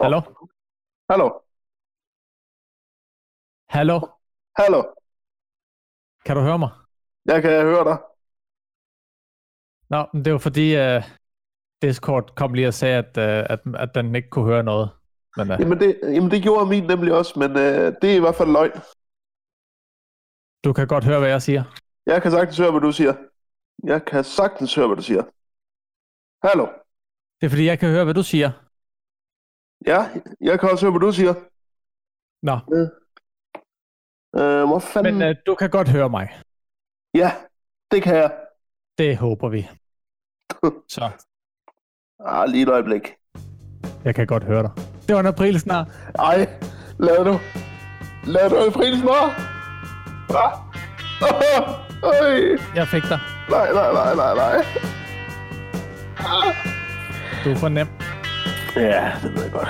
Hallo? Hallo? Hallo? Hallo? Kan du høre mig? Jeg kan høre dig. Nå, men det var fordi Discord kom lige og sagde, at den ikke kunne høre noget. Men, Jamen det gjorde min nemlig også, men det er i hvert fald løgn. du kan godt høre, hvad jeg siger. Jeg kan sagtens høre, hvad du siger. Jeg kan sagtens høre, hvad du siger. Hallo? Det er fordi, jeg kan høre, hvad du siger. Ja, jeg kan også høre, hvad du siger. Nå, Hvor fanden... men du kan godt høre mig. Ja, det kan jeg. Det håber vi. Så, Lige et øjeblik. jeg kan godt høre dig. Det var en aprilsnar. Ej, lad du april snart. Hvad? Jeg fik dig. Nej. Du er for nem. Ja, det ved jeg godt.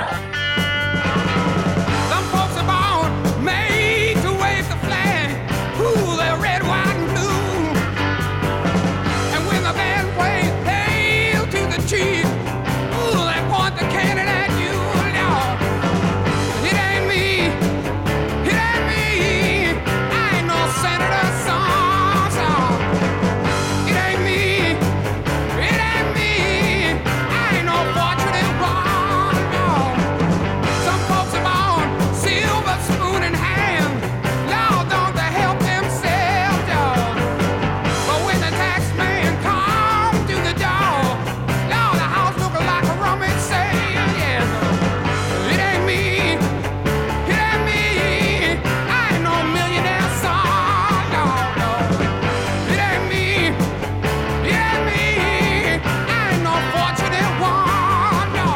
Some folks are born made to wave the flag. Ooh, they're red, white, and blue. And when the band plays "Hail to the Chief," ooh, they point the cannon at you. Lord, it ain't me. It ain't me. I ain't no senator, son. It ain't me. It ain't me. I ain't no fortunate one. No. Some folks are born silver spoon in hand. Lord, don't they help themselves, dog? But when the tax man comes to the door, Lord, the house looking like a rummage sale, yes. It ain't me. It ain't me. I ain't no millionaire son, no. It ain't me. It ain't me. I ain't no fortunate one, no.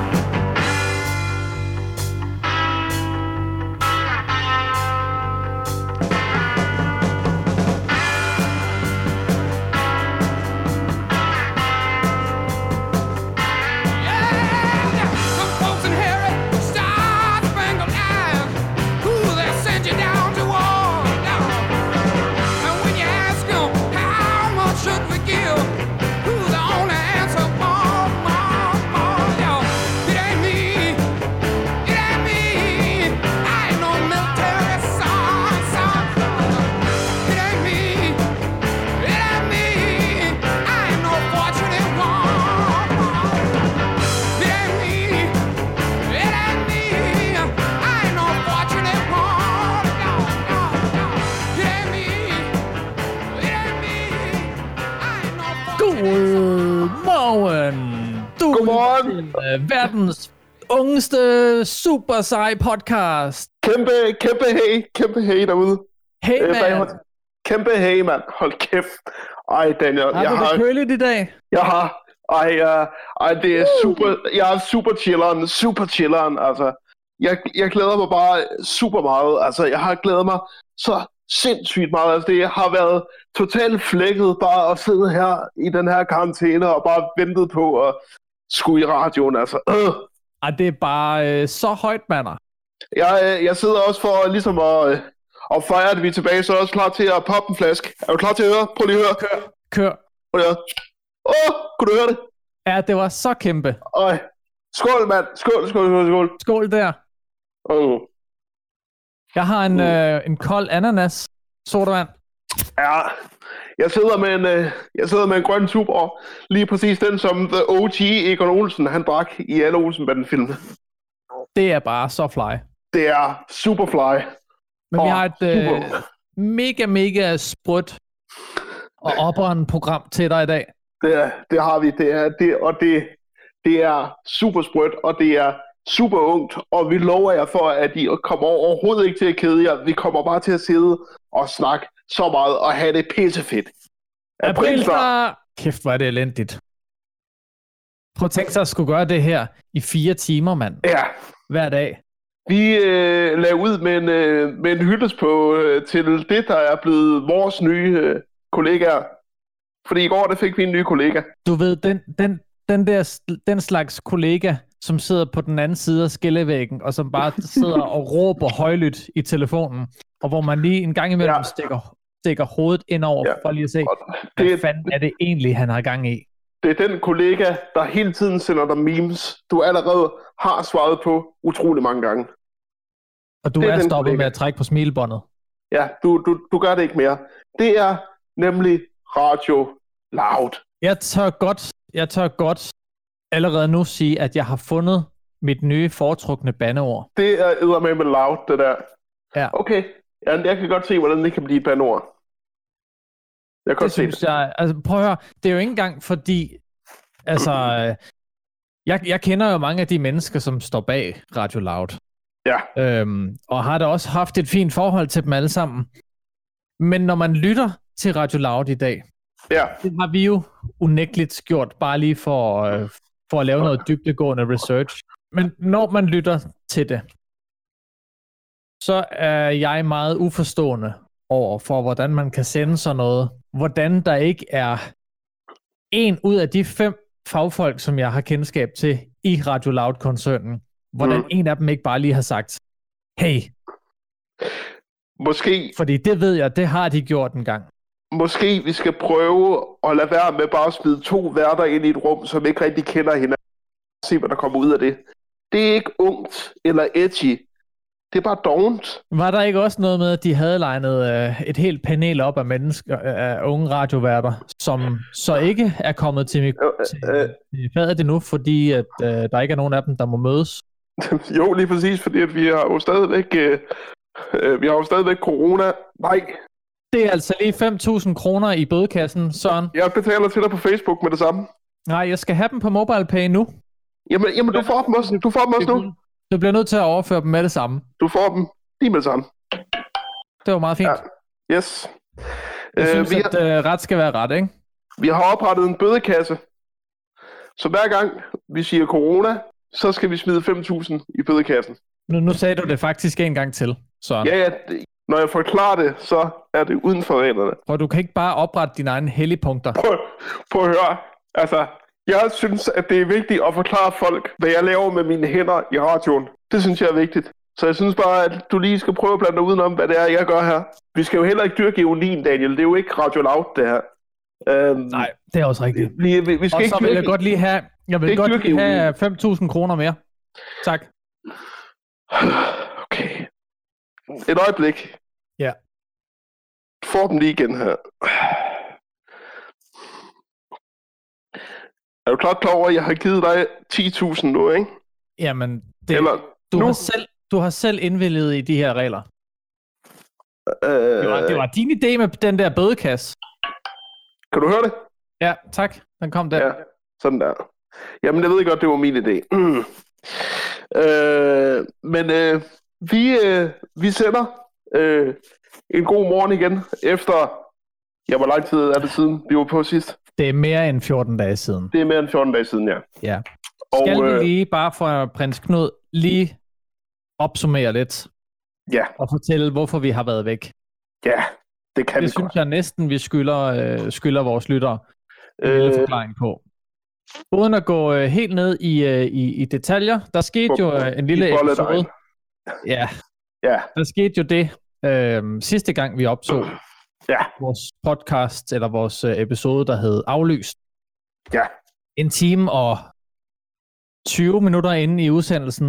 Yeah, some folks inherit star-spangled eyes. Ooh, they send you down to war. And when you ask them how much should we give, ooh, the only answer more. Yo, it ain't me. It ain't me. I ain't no military son. It ain't me. It ain't me. I ain't no fortunate one. It ain't me. It ain't me. I ain't no fortunate one. No. It ain't me. It ain't me. I ain't no fortunate Godmorgen. Godmorgen. Til, verdens ungeste super sej podcast. Kæmpe hey derude. Hey, man. Baghold. Kæmpe hey, mand. Hold kæft. Ej, Daniel, Har du det køligt i dag? jeg har, det er super, jeg er super chilleren, altså. Jeg glæder mig bare super meget, altså, jeg har glædet mig så sindssygt meget, altså, det har været totalt flækket bare at sidde her i den her karantæne og bare ventet på at skulle i radioen, altså. Det er bare så højt, mander. Jeg sidder også for ligesom at fejre, at vi er tilbage, så er jeg også klar til at poppe en flaske. Er du klar til at høre? Prøv lige at høre. Kør. Prøv lige at høre. Kunne du høre det? Ja, det var så kæmpe. Øj. Skål, mand. Skål. Skål der. Jeg har en kold ananas sodavand. Ja, jeg sidder med en grøn Tuborg. Lige præcis den, som The OG Egon Olsen, han drak i alle Olsenbanden-filmene. Det er bare så fly. Det er Superfly. Men vi har et mega sprødt og oprørende program til dig i dag. Det har vi. Det er super sprødt, og det er super ungt, og vi lover jer for, at I kommer overhovedet ikke til at kede jer. Vi kommer bare til at sidde og snakke så meget og have det pissefedt. Aprilsnar! Kæft, hvor er det elendigt. Prøv at tænke sig at skulle gøre det her i 4 timer, mand. Ja. Hver dag. Vi lagde ud med en hyldest på til det, der er blevet vores nye kollegaer. Fordi i går, der fik vi en ny kollega. Du ved, den slags kollega, som sidder på den anden side af skillevæggen, og som bare sidder og råber højlydt i telefonen, og hvor man lige en gang imellem stikker hovedet ind over, for lige at se, hvad fanden er det egentlig, han har gang i. Det er den kollega, der hele tiden sender dig memes, du allerede har svaret på utrolig mange gange. Og du er stoppet kollega med at trække på smilebåndet. Ja, du gør det ikke mere. Det er nemlig Radio Loud. Jeg tør godt allerede nu sige, at jeg har fundet mit nye foretrukne bandeord. Det er eddermame loud, det der. Ja. Okay, jeg kan godt se, hvordan det kan blive et bandeord. Jeg kan godt se det. Altså, prøv at høre, det er jo ikke engang fordi, altså, jeg kender jo mange af de mennesker, som står bag Radio Loud. Ja. Og har da også haft et fint forhold til dem alle sammen. Men når man lytter til Radio Loud i dag, det har vi jo unægteligt gjort, bare lige for at lave noget dybdegående research. Men når man lytter til det, så er jeg meget uforstående over for, hvordan man kan sende sådan noget. Hvordan der ikke er en ud af de 5 fagfolk, som jeg har kendskab til i Radio Loud-koncernen, hvordan en af dem ikke bare lige har sagt, hey. Måske. Fordi det ved jeg, det har de gjort en gang. Måske vi skal prøve at lade være med bare at smide 2 værter ind i et rum, som ikke rigtig kender hinanden. Se, hvad der kommer ud af det. Det er ikke ungt eller edgy. Det er bare dovent. Var der ikke også noget med, at de havde legnet et helt panel op af mennesker, af unge radioværter, som så ikke er kommet til fadet endnu, fordi at, der ikke er nogen af dem, der må mødes? Jo, lige præcis, fordi at vi har jo stadigvæk corona. Nej. Det er altså lige 5.000 kroner i bødekassen, Søren. Jeg betaler til dig på Facebook med det samme. Nej, jeg skal have dem på MobilePay nu. Jamen du får dem også nu. Du bliver nødt til at overføre dem med det samme. Du får dem lige med det samme. Det var meget fint. Ja. Yes. Jeg synes, at ret skal være ret, ikke? Vi har oprettet en bødekasse. Så hver gang vi siger corona, så skal vi smide 5.000 i bødekassen. Nu sagde du det faktisk en gang til, Søren. Ja, når jeg forklarer det, så er det uden for reglerne. Og du kan ikke bare oprette dine egne helligpunkter. Prøv at høre. Altså, jeg synes, at det er vigtigt at forklare folk, hvad jeg laver med mine hænder i radioen. Det synes jeg er vigtigt. Så jeg synes bare, at du lige skal prøve at blande dig udenom, hvad det er, jeg gør her. Vi skal jo heller ikke dyrke ironien, Daniel. Det er jo ikke Radio Loud, det her. Nej, det er også rigtigt. Vi skal og ikke så vil jeg godt lige have, 5.000 kroner mere. Tak. Okay. Et øjeblik. Ja. Får dem lige igen her. Er du klart klar over, at jeg har givet dig 10.000 nu, ikke? Jamen, du har selv indvilliget i de her regler. Det var din idé med den der bødekasse. Kan du høre det? Ja, tak. Den kom der. Ja, sådan der. Jamen, jeg ved godt, det var min idé. Men vi sender en god morgen igen, efter... Ja, hvor lang tid er det siden, vi var på sidst? Det er mere end 14 dage siden. Det er mere end 14 dage siden, ja. Ja. Skal vi lige, bare for prins Knud, lige opsummere lidt? Ja. Og fortælle, hvorfor vi har været væk? Ja, det kan vi Det synes jeg næsten, vi skylder vores lyttere en lille forklaring på. Uden at gå helt ned i detaljer, der skete jo en lille episode. Ja, der skete jo det sidste gang, vi optog vores podcast, eller vores episode, der hed Aflyst. Ja. 1 time og 20 minutter inde i udsendelsen,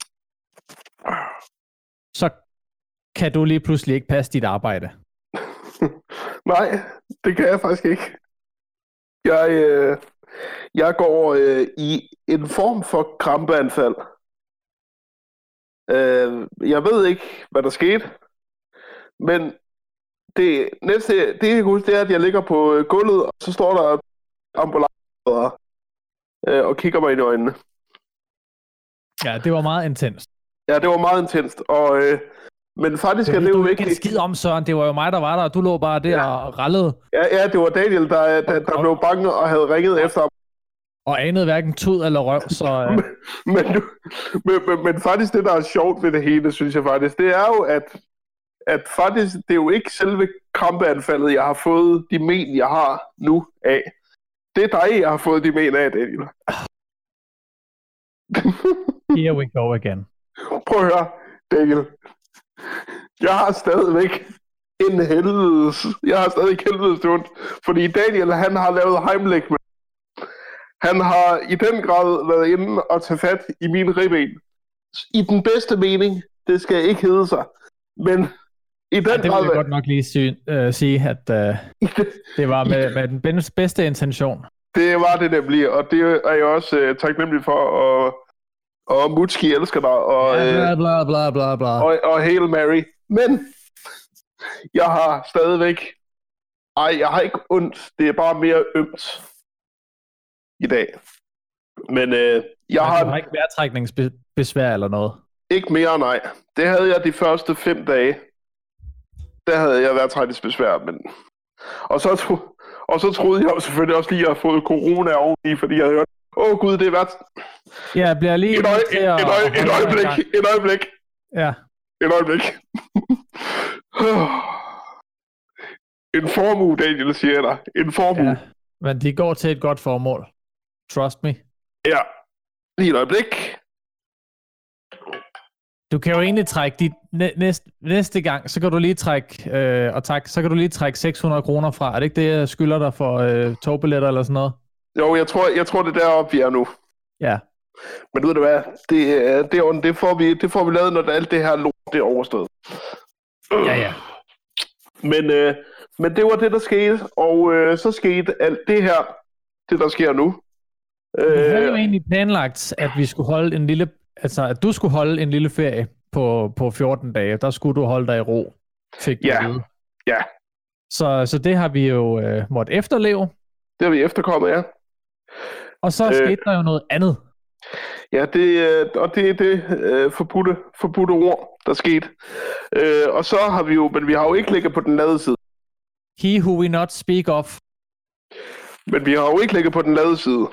så kan du lige pludselig ikke passe dit arbejde. Nej, det kan jeg faktisk ikke. Jeg går i en form for krampeanfald. Jeg ved ikke, hvad der skete, men det jeg kan huske, det er, at jeg ligger på gulvet, og så står der ambulance og kigger mig ind i øjnene. Ja, det var meget intenst. Ja, det var meget intenst, og men faktisk er det jo ikke... Det skid om, Søren. Det var jo mig, der var der, og du lå bare der og rallede. Ja, det var Daniel, der blev bange og havde ringet efter ham. Og anede hverken tud eller røv, så... men faktisk det, der er sjovt ved det hele, synes jeg faktisk, det er jo, at faktisk, det er jo ikke selve krampeanfaldet, jeg har fået de men, jeg har nu af. Det er dig, jeg har fået de men af, Daniel. Here we go again. Prøv at høre, Daniel. Jeg har stadigvæk helvedes ondt, fordi Daniel, han har lavet Heimlich med. Han har i den grad været inde og tage fat i mine ribben. I den bedste mening, det skal ikke hedde sig. Men i den grad... Det vil jeg godt nok lige sige, at det var med den bedste intention. Det var det nemlig, og det er jeg også taknemmelig for, og Mutski elsker dig, og, bla, bla, bla, bla. og Hail Mary. Men jeg har stadigvæk... jeg har ikke ondt. Det er bare mere ømt i dag. Men jeg har... Du har ikke vejrtrækningsbesvær eller noget? Ikke mere, nej. Det havde jeg de første 5 dage. Der havde jeg vejrtrækningsbesvær, men... Og så troede jeg jo selvfølgelig også lige, at jeg havde fået corona oveni, fordi jeg havde hørt, gud, det er værd. Ja, jeg bliver lige... Et øjeblik. Ja. Et øjeblik. En formue, Daniel, siger jeg dig. En formue. Ja, men de går til et godt formål. Trust me. Ja. Lige et øjeblik. Du kan jo egentlig trække næste gang, så kan du lige trække 600 kroner fra. Er det ikke det, jeg skylder dig for togbilletter eller sådan noget? Jo, jeg tror det er deroppe, vi er nu. Ja. Men ved du hvad, det får vi lavet, når alt det her lort det er overstået. Ja. Men det var det, der skete, og så skete alt det her, det der sker nu. Vi havde jo egentlig planlagt, at vi skulle holde at du skulle holde en lille ferie på 14 dage. Der skulle du holde dig i ro, fik du at vide. Ja. Så det har vi jo måttet efterleve. Det har vi efterkommet, ja. Og så skete der jo noget andet. Ja, det er det forbudte ord, der skete. Og så har vi har jo ikke ligget på den lade side. He who we not speak of. Men vi har jo ikke ligget på den lade side.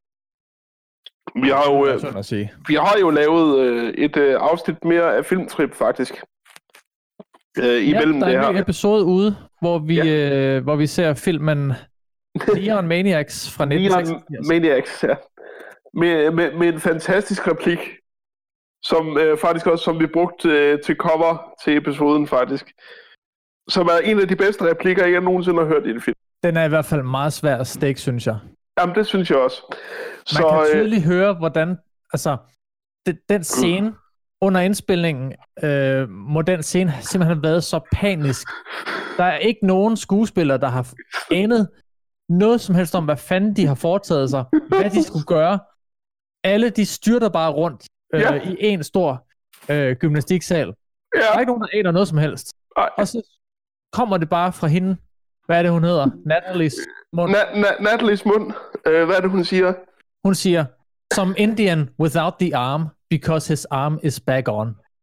Vi har jo lavet et afsnit mere af Filmtrip, faktisk. Imellem der er det her. En ny episode ude, hvor vi ser filmen Neon Maniacs fra 1986. Neon Maniacs, ja. Med en fantastisk replik, som vi brugte til cover til episoden, faktisk. Som er en af de bedste replikker, jeg nogensinde har hørt i en film. Den er i hvert fald meget svær at stikke, synes jeg. Jamen, det synes jeg også. Man kan tydeligt høre, hvordan... Altså, den scene under indspilningen, må den scene simpelthen have været så panisk. Der er ikke nogen skuespillere, der har anet noget som helst om, hvad fanden de har foretaget sig, hvad de skulle gøre. Alle, de styrter bare rundt i en stor gymnastiksal. Der er ikke nogen, der aner noget som helst. Og så kommer det bare fra hende. Hvad er det, hun hedder? Natalie's mund. Natalie's mund. Hvad er det, hun siger? Hun siger, some Indian without the arm, because his arm is back on.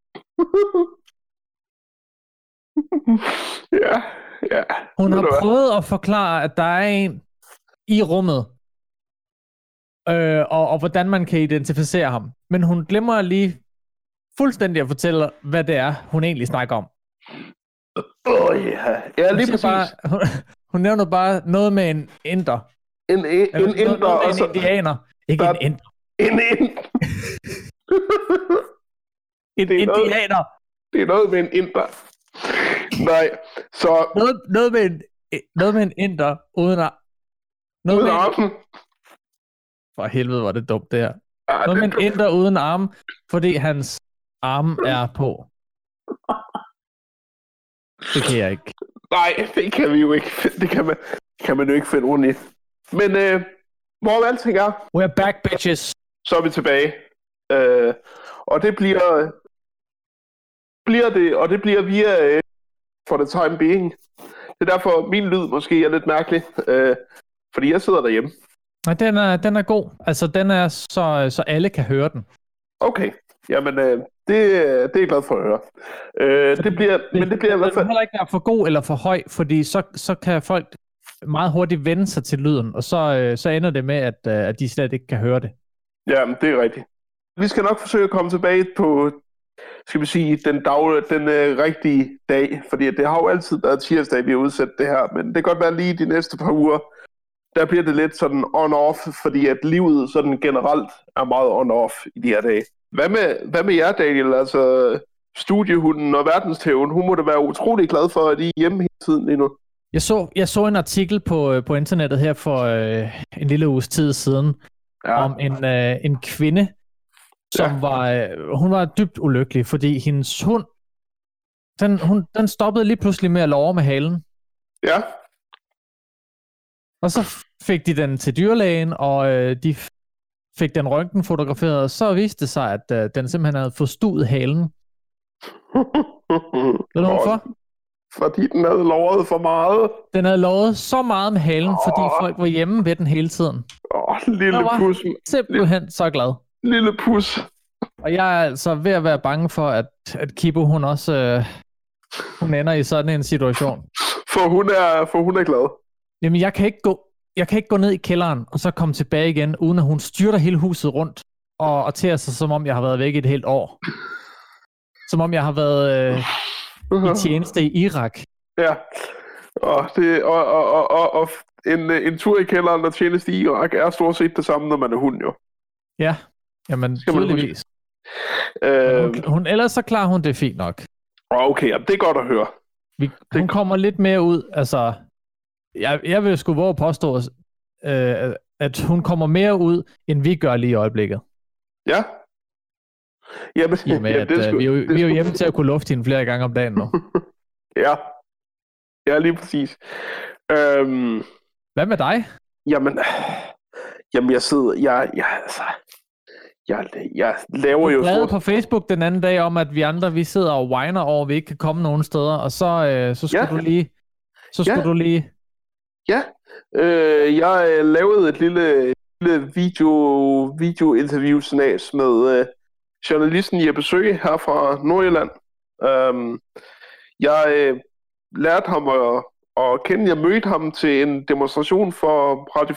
Ja. Hun har prøvet at forklare, at der er en i rummet, og hvordan man kan identificere ham. Men hun glemmer lige fuldstændig at fortælle, hvad det er, hun egentlig snakker om. Ja, lige præcis. Hun nævner bare noget med en inder. En inder. Og en indianer. Ikke en inder. En indianer. Det er noget med en inder. Nej, så... Noget med en inder uden at... Uden armen. For helvede, var det dumt, det her. Noget med en inder uden arm, fordi hans arm er på. Det kan jeg ikke. Nej, det kan vi jo ikke. Det kan man jo ikke finde ordentligt. Men hvor alting er... We're back, bitches. Så er vi tilbage. Og det bliver via for the time being. Det er derfor, min lyd måske er lidt mærkelig. Fordi jeg sidder derhjemme. Nej, den er god. Altså, den er så alle kan høre den. Okay. Jamen, det er jeg glad for at høre. Det bliver i hvert fald... Det heller ikke være for god eller for høj, fordi så kan folk meget hurtigt vende sig til lyden, og så ender det med, at de slet ikke kan høre det. Jamen, det er rigtigt. Vi skal nok forsøge at komme tilbage på, skal vi sige, den rigtige dag, fordi det har jo altid været tirsdag, vi har udsat det her, men det kan godt være lige de næste par uger, der bliver det lidt sådan on-off, fordi at livet sådan generelt er meget on-off i de her dage. Hvad med jer, Daniel? Altså, studiehunden og verdenstæven, hun må da være utrolig glad for, at I er hjemme hele tiden lige nu. Jeg så en artikel på internettet her for en lille uges tid siden, om en kvinde, som hun var dybt ulykkelig, fordi hendes hund, den stoppede lige pludselig med at love med halen. Ja. Og så fik de den til dyrlægen, og de fik den røntgen fotograferet, og så viste det sig, at den simpelthen havde forstuet halen. Ved du hvorfor? Fordi den havde lovet for meget. Den havde lovet så meget med halen, fordi folk var hjemme ved den hele tiden. Lille pus. Simpelthen så glad. Lille pus. Og jeg er altså ved at være bange for, at Kippo, hun også hun ender i sådan en situation. For hun er glad. Jamen, jeg kan ikke gå ned i kælderen, og så komme tilbage igen, uden at hun styrter hele huset rundt, og tager sig, som om jeg har været væk i et helt år. Som om jeg har været i tjeneste i Irak. Ja, og en tur i kælderen og tjeneste i Irak er stort set det samme, når man er hund, jo. Ja, jamen tydeligvis. Ellers så klarer hun det fint nok. Okay, det er godt at høre. Hun kommer lidt mere ud, altså... Jeg vil sgu våge påstå, at hun kommer mere ud, end vi gør lige i øjeblikket. Ja. Jamen, vi er jo hjemme til at kunne lufte hende flere gange om dagen nu. Ja, lige præcis. Hvad med dig? Jamen jeg sidder... Jeg laver jo... Du lavede på Facebook den anden dag om, at vi sidder og whiner over, at vi ikke kan komme nogen steder, og så skulle du lige... Ja, jeg lavede et lille video-interview-snas med journalisten Jeppe Søge her fra Nordjylland. Jeg lærte ham at kende. Jeg mødte ham til en demonstration for Radio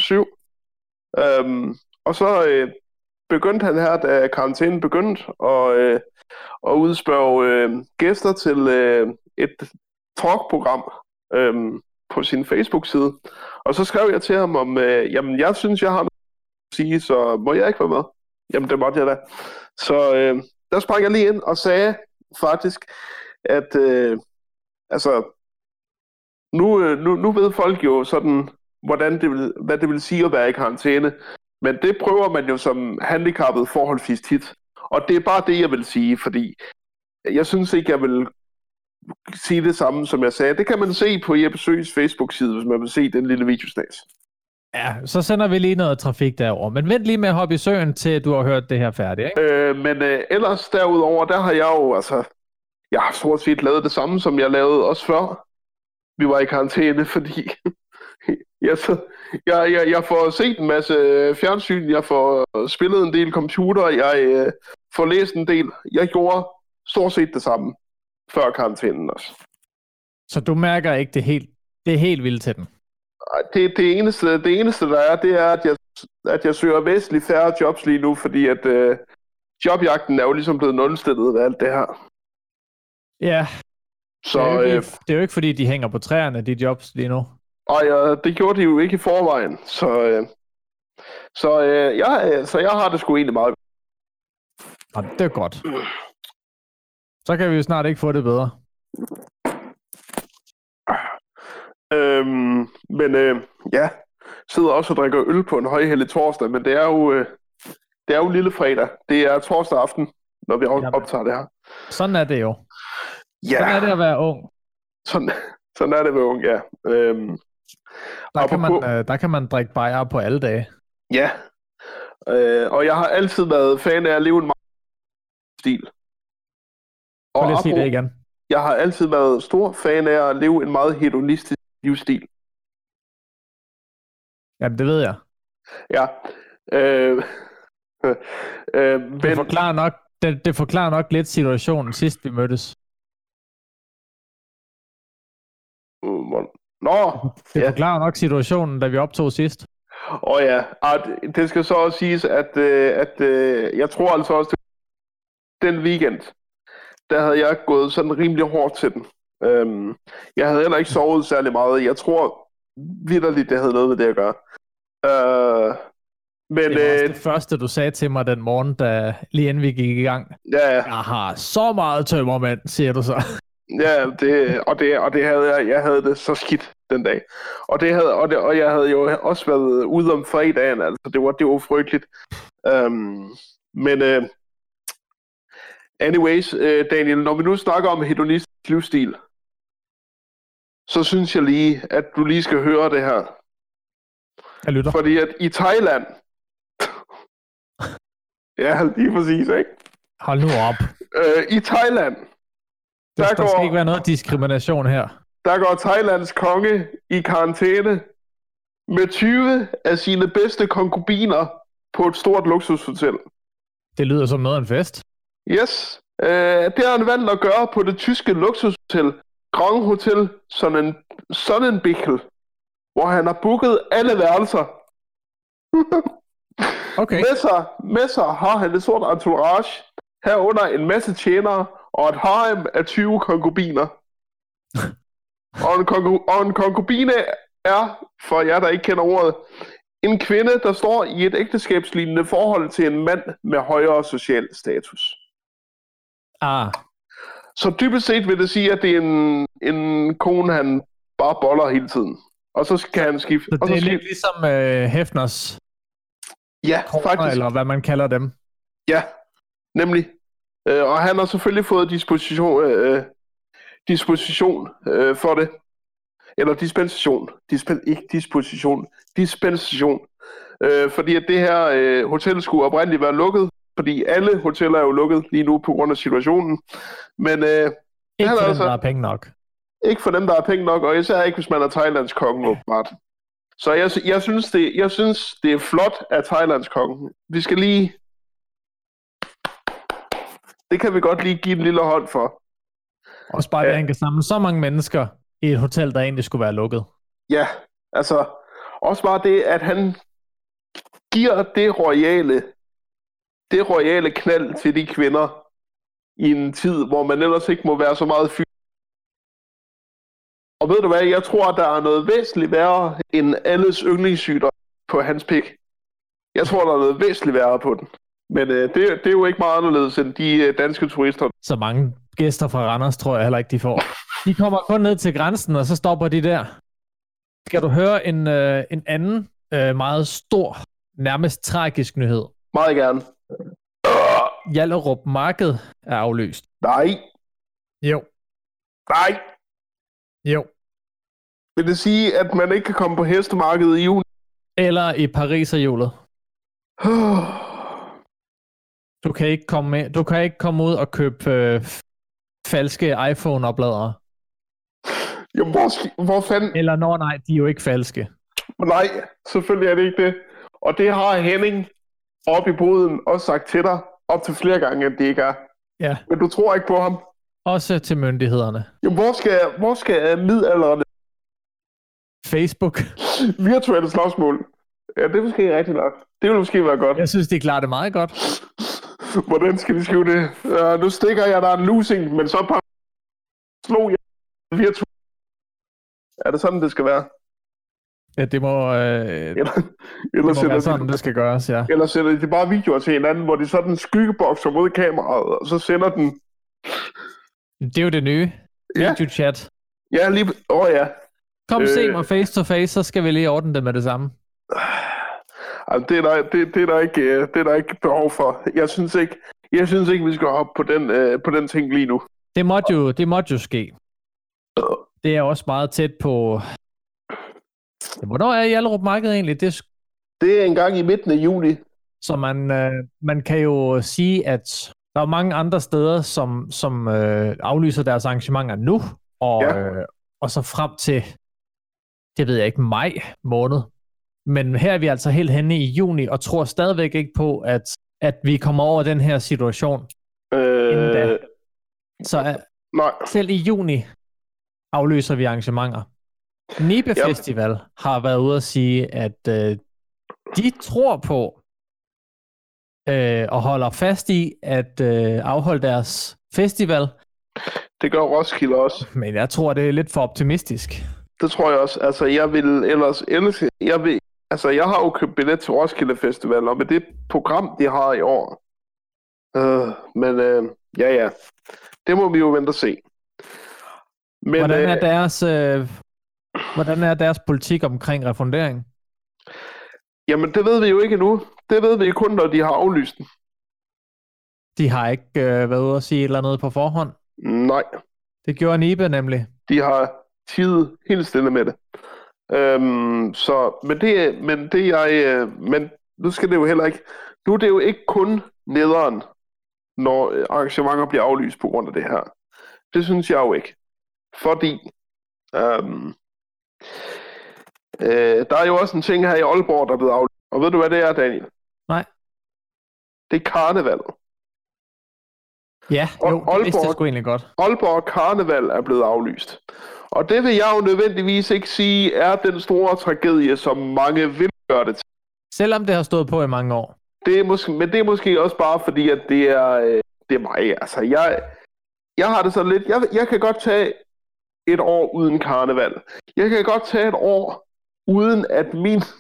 24/7. Og så begyndte han her, da karantænen begyndte, at udspørge gæster til et talkprogram på sin Facebook-side. Og så skrev jeg til ham om, jamen jeg synes, jeg har noget at sige, så må jeg ikke være med? Jamen det måtte jeg da. Så der sprang jeg lige ind og sagde faktisk, at nu ved folk jo sådan, hvad det vil sige at være i karantæne. Men det prøver man jo som handicappet forholdsvis tit. Og det er bare det, jeg vil sige, fordi jeg synes ikke, jeg vil sige det samme, som jeg sagde. Det kan man se på Jeppe Søes Facebook-side, hvis man vil se den lille videosnas. Ja, så sender vi lige noget trafik derover. Men vent lige med at hoppe i søen, til du har hørt det her færdigt, ikke? Men ellers derudover, der har jeg jo, jeg har stort set lavet det samme, som jeg lavede også før vi var i karantæne, fordi jeg får set en masse fjernsyn, jeg får spillet en del computer, jeg får læst en del. Jeg gjorde stort set det samme før karantænen også. Så du mærker ikke det er helt vildt til den? Det eneste der er, det er, at jeg søger væsentligt færre jobs lige nu, fordi at jobjagten er jo ligesom blevet nulstillet af alt det her. Ja, så, det er jo ikke fordi, de hænger på træerne, de jobs lige nu. Og det gjorde de jo ikke i forvejen, så jeg har det sgu egentlig meget. Ja, det er godt. Så kan vi jo snart ikke få det bedre. Ja, sidder også og drikker øl på en højhellig torsdag, men det er jo lille fredag. Det er torsdag aften, når vi optager det her. Sådan er det jo. Ja. Sådan er det at være ung. Sådan er det at være ung, ja. Der kan man drikke bajer på alle dage. Ja, og jeg har altid været fan af at leve en meget stil. Prøv lige at sige det igen. Jeg har altid været stor fan af at leve en meget hedonistisk livsstil. Jamen, det ved jeg. Ja. Det forklarer nok lidt situationen sidst vi mødtes. Det forklarer nok situationen, da vi optog sidst. Ja, det skal så også siges, at jeg tror altså også, den weekend, der havde jeg gået sådan rimelig hårdt til den. Jeg havde heller ikke sovet særlig meget. Jeg tror vitterligt, det havde noget med det at gøre. Men, det var også det første, du sagde til mig den morgen, lige inden vi gik i gang. Ja. Jeg har så meget tømmermænd, siger du så. Ja, det havde jeg havde det så skidt den dag. Og jeg havde jo også været ude om fredagen, altså det var frygteligt. Men anyways, Daniel, når vi nu snakker om hedonistisk livsstil, så synes jeg lige, at du lige skal høre det her. Jeg lytter. Fordi at i Thailand... ja, lige præcis, ikke? Hold nu op. I Thailand... Der skal ikke være noget diskrimination her. Der går Thailands konge i karantæne med 20 af sine bedste konkubiner på et stort luksushotel. Det lyder som noget af en fest. Yes. Det har han valgt at gøre på det tyske luksushotel Grand Hotel Sonnenbichl, hvor han har booket alle værelser. Okay. Med sig har han et stort entourage, herunder en masse tjenere og et harem af 20 konkubiner. og en konkubine er, for jer der ikke kender ordet, en kvinde, der står i et ægteskabslignende forhold til en mand med højere social status. Så dybest set vil det sige, at det er en kone, han bare boller hele tiden. Og så skal han skifte. Så det er lidt ligesom Hefners koner, faktisk. Eller hvad man kalder dem. Ja, nemlig. Og han har selvfølgelig fået disposition for det. Eller dispensation. Ikke disposition. Dispensation. Fordi at det her hotel skulle oprindeligt være lukket. Fordi alle hoteller er jo lukket lige nu på grund af situationen. Men ikke for dem, der er penge nok. Ikke for dem, der er penge nok, og især ikke, hvis man er Thailands konge, åbenbart. Så jeg synes, det er flot af Thailands konge. Vi skal lige... Det kan vi godt lige give en lille hånd for. Også bare, at han kan samle så mange mennesker i et hotel, der egentlig skulle være lukket. Ja, altså... Også bare det, at han giver det royale knald til de kvinder i en tid, hvor man ellers ikke må være så meget fyr. Og ved du hvad, jeg tror, at der er noget væsentligt værre end alles yndlingssygdom på hans pik. Jeg tror, der er noget væsentligt værre på den. Men det er jo ikke meget anderledes end de danske turister. Så mange gæster fra Randers tror jeg heller ikke, de får. De kommer kun ned til grænsen, og så stopper de der. Skal du høre en anden meget stor, nærmest tragisk nyhed? Meget gerne. Hjallerup Marked er aflyst. Nej. Jo. Nej. Jo. Vil det sige, at man ikke kan komme på hestemarkedet i juni? Eller i Pariserhjulet. Du kan ikke komme ud og købe falske iPhone-opladere. Jo, hvor fanden... Eller nej, de er jo ikke falske. Nej, selvfølgelig er det ikke det. Og det har Henning oppe i boden også sagt til dig op til flere gange, at det ikke er. Ja. Men du tror ikke på ham? Også til myndighederne. Jo, hvor skal midaldrende... Facebook. Virtuelle slagsmål. Ja, det er måske rigtigt nok. Det vil måske være godt. Jeg synes, de klarer det meget godt. Hvordan skal de skrive det? Nu stikker jeg, der er en losing, men så bare slog jeg virtuelt. Er det sådan, det skal være? Ja, det må, det må være sådan, det skal gøres, ja. Eller sætter de bare videoer til hinanden, hvor de sådan skyggebokser mod kameraet, og så sender den... Det er jo det nye. Video-chat. Ja, lige... ja. Kom se mig face to face, så skal vi lige ordne det med det samme. Altså, det er der ikke behov for. Jeg synes ikke, vi skal hoppe på den ting lige nu. Det måtte jo ske. Det er også meget tæt på... Hvornår er Hjallerup Marked egentlig? Det er en gang i midten af juli. Så man kan jo sige, at der er mange andre steder, som aflyser deres arrangementer nu, og så frem til, det ved jeg ikke, maj måned. Men her er vi altså helt henne i juni, og tror stadigvæk ikke på, at vi kommer over den her situation inden da. Så selv i juni aflyser vi arrangementer. Nibe Festival har været ude at sige, at de tror på og holder fast i at afholde deres festival. Det gør Roskilde også. Men jeg tror, det er lidt for optimistisk. Det tror jeg også. Altså, jeg har jo købt billet til Roskilde Festival, og med det program, de har i år. Men ja. Det må vi jo vente og se. Men, hvordan er deres Hvordan er deres politik omkring refundering? Jamen, det ved vi jo ikke endnu. Det ved vi kun, når de har aflyst den. De har ikke været ude og sige et eller andet på forhånd? Nej. Det gjorde Nibe nemlig. De har tidet helt stille med det. Men nu skal det jo heller ikke. Nu er det jo ikke kun nederen, når arrangementer bliver aflyst på grund af det her. Det synes jeg jo ikke. Fordi der er jo også en ting her i Aalborg, der er blevet aflyst. Og ved du, hvad det er, Daniel? Nej. Det er karneval. Ja, jo, det vidste jeg sgu egentlig godt. Aalborg Karneval er blevet aflyst. Og det vil jeg jo nødvendigvis ikke sige er den store tragedie, som mange vil gøre det til. Selvom det har stået på i mange år. Men det er måske også bare fordi, at det er mig. Altså, jeg har det så lidt. Jeg kan godt tage et år uden karneval. Jeg kan godt tage et år uden at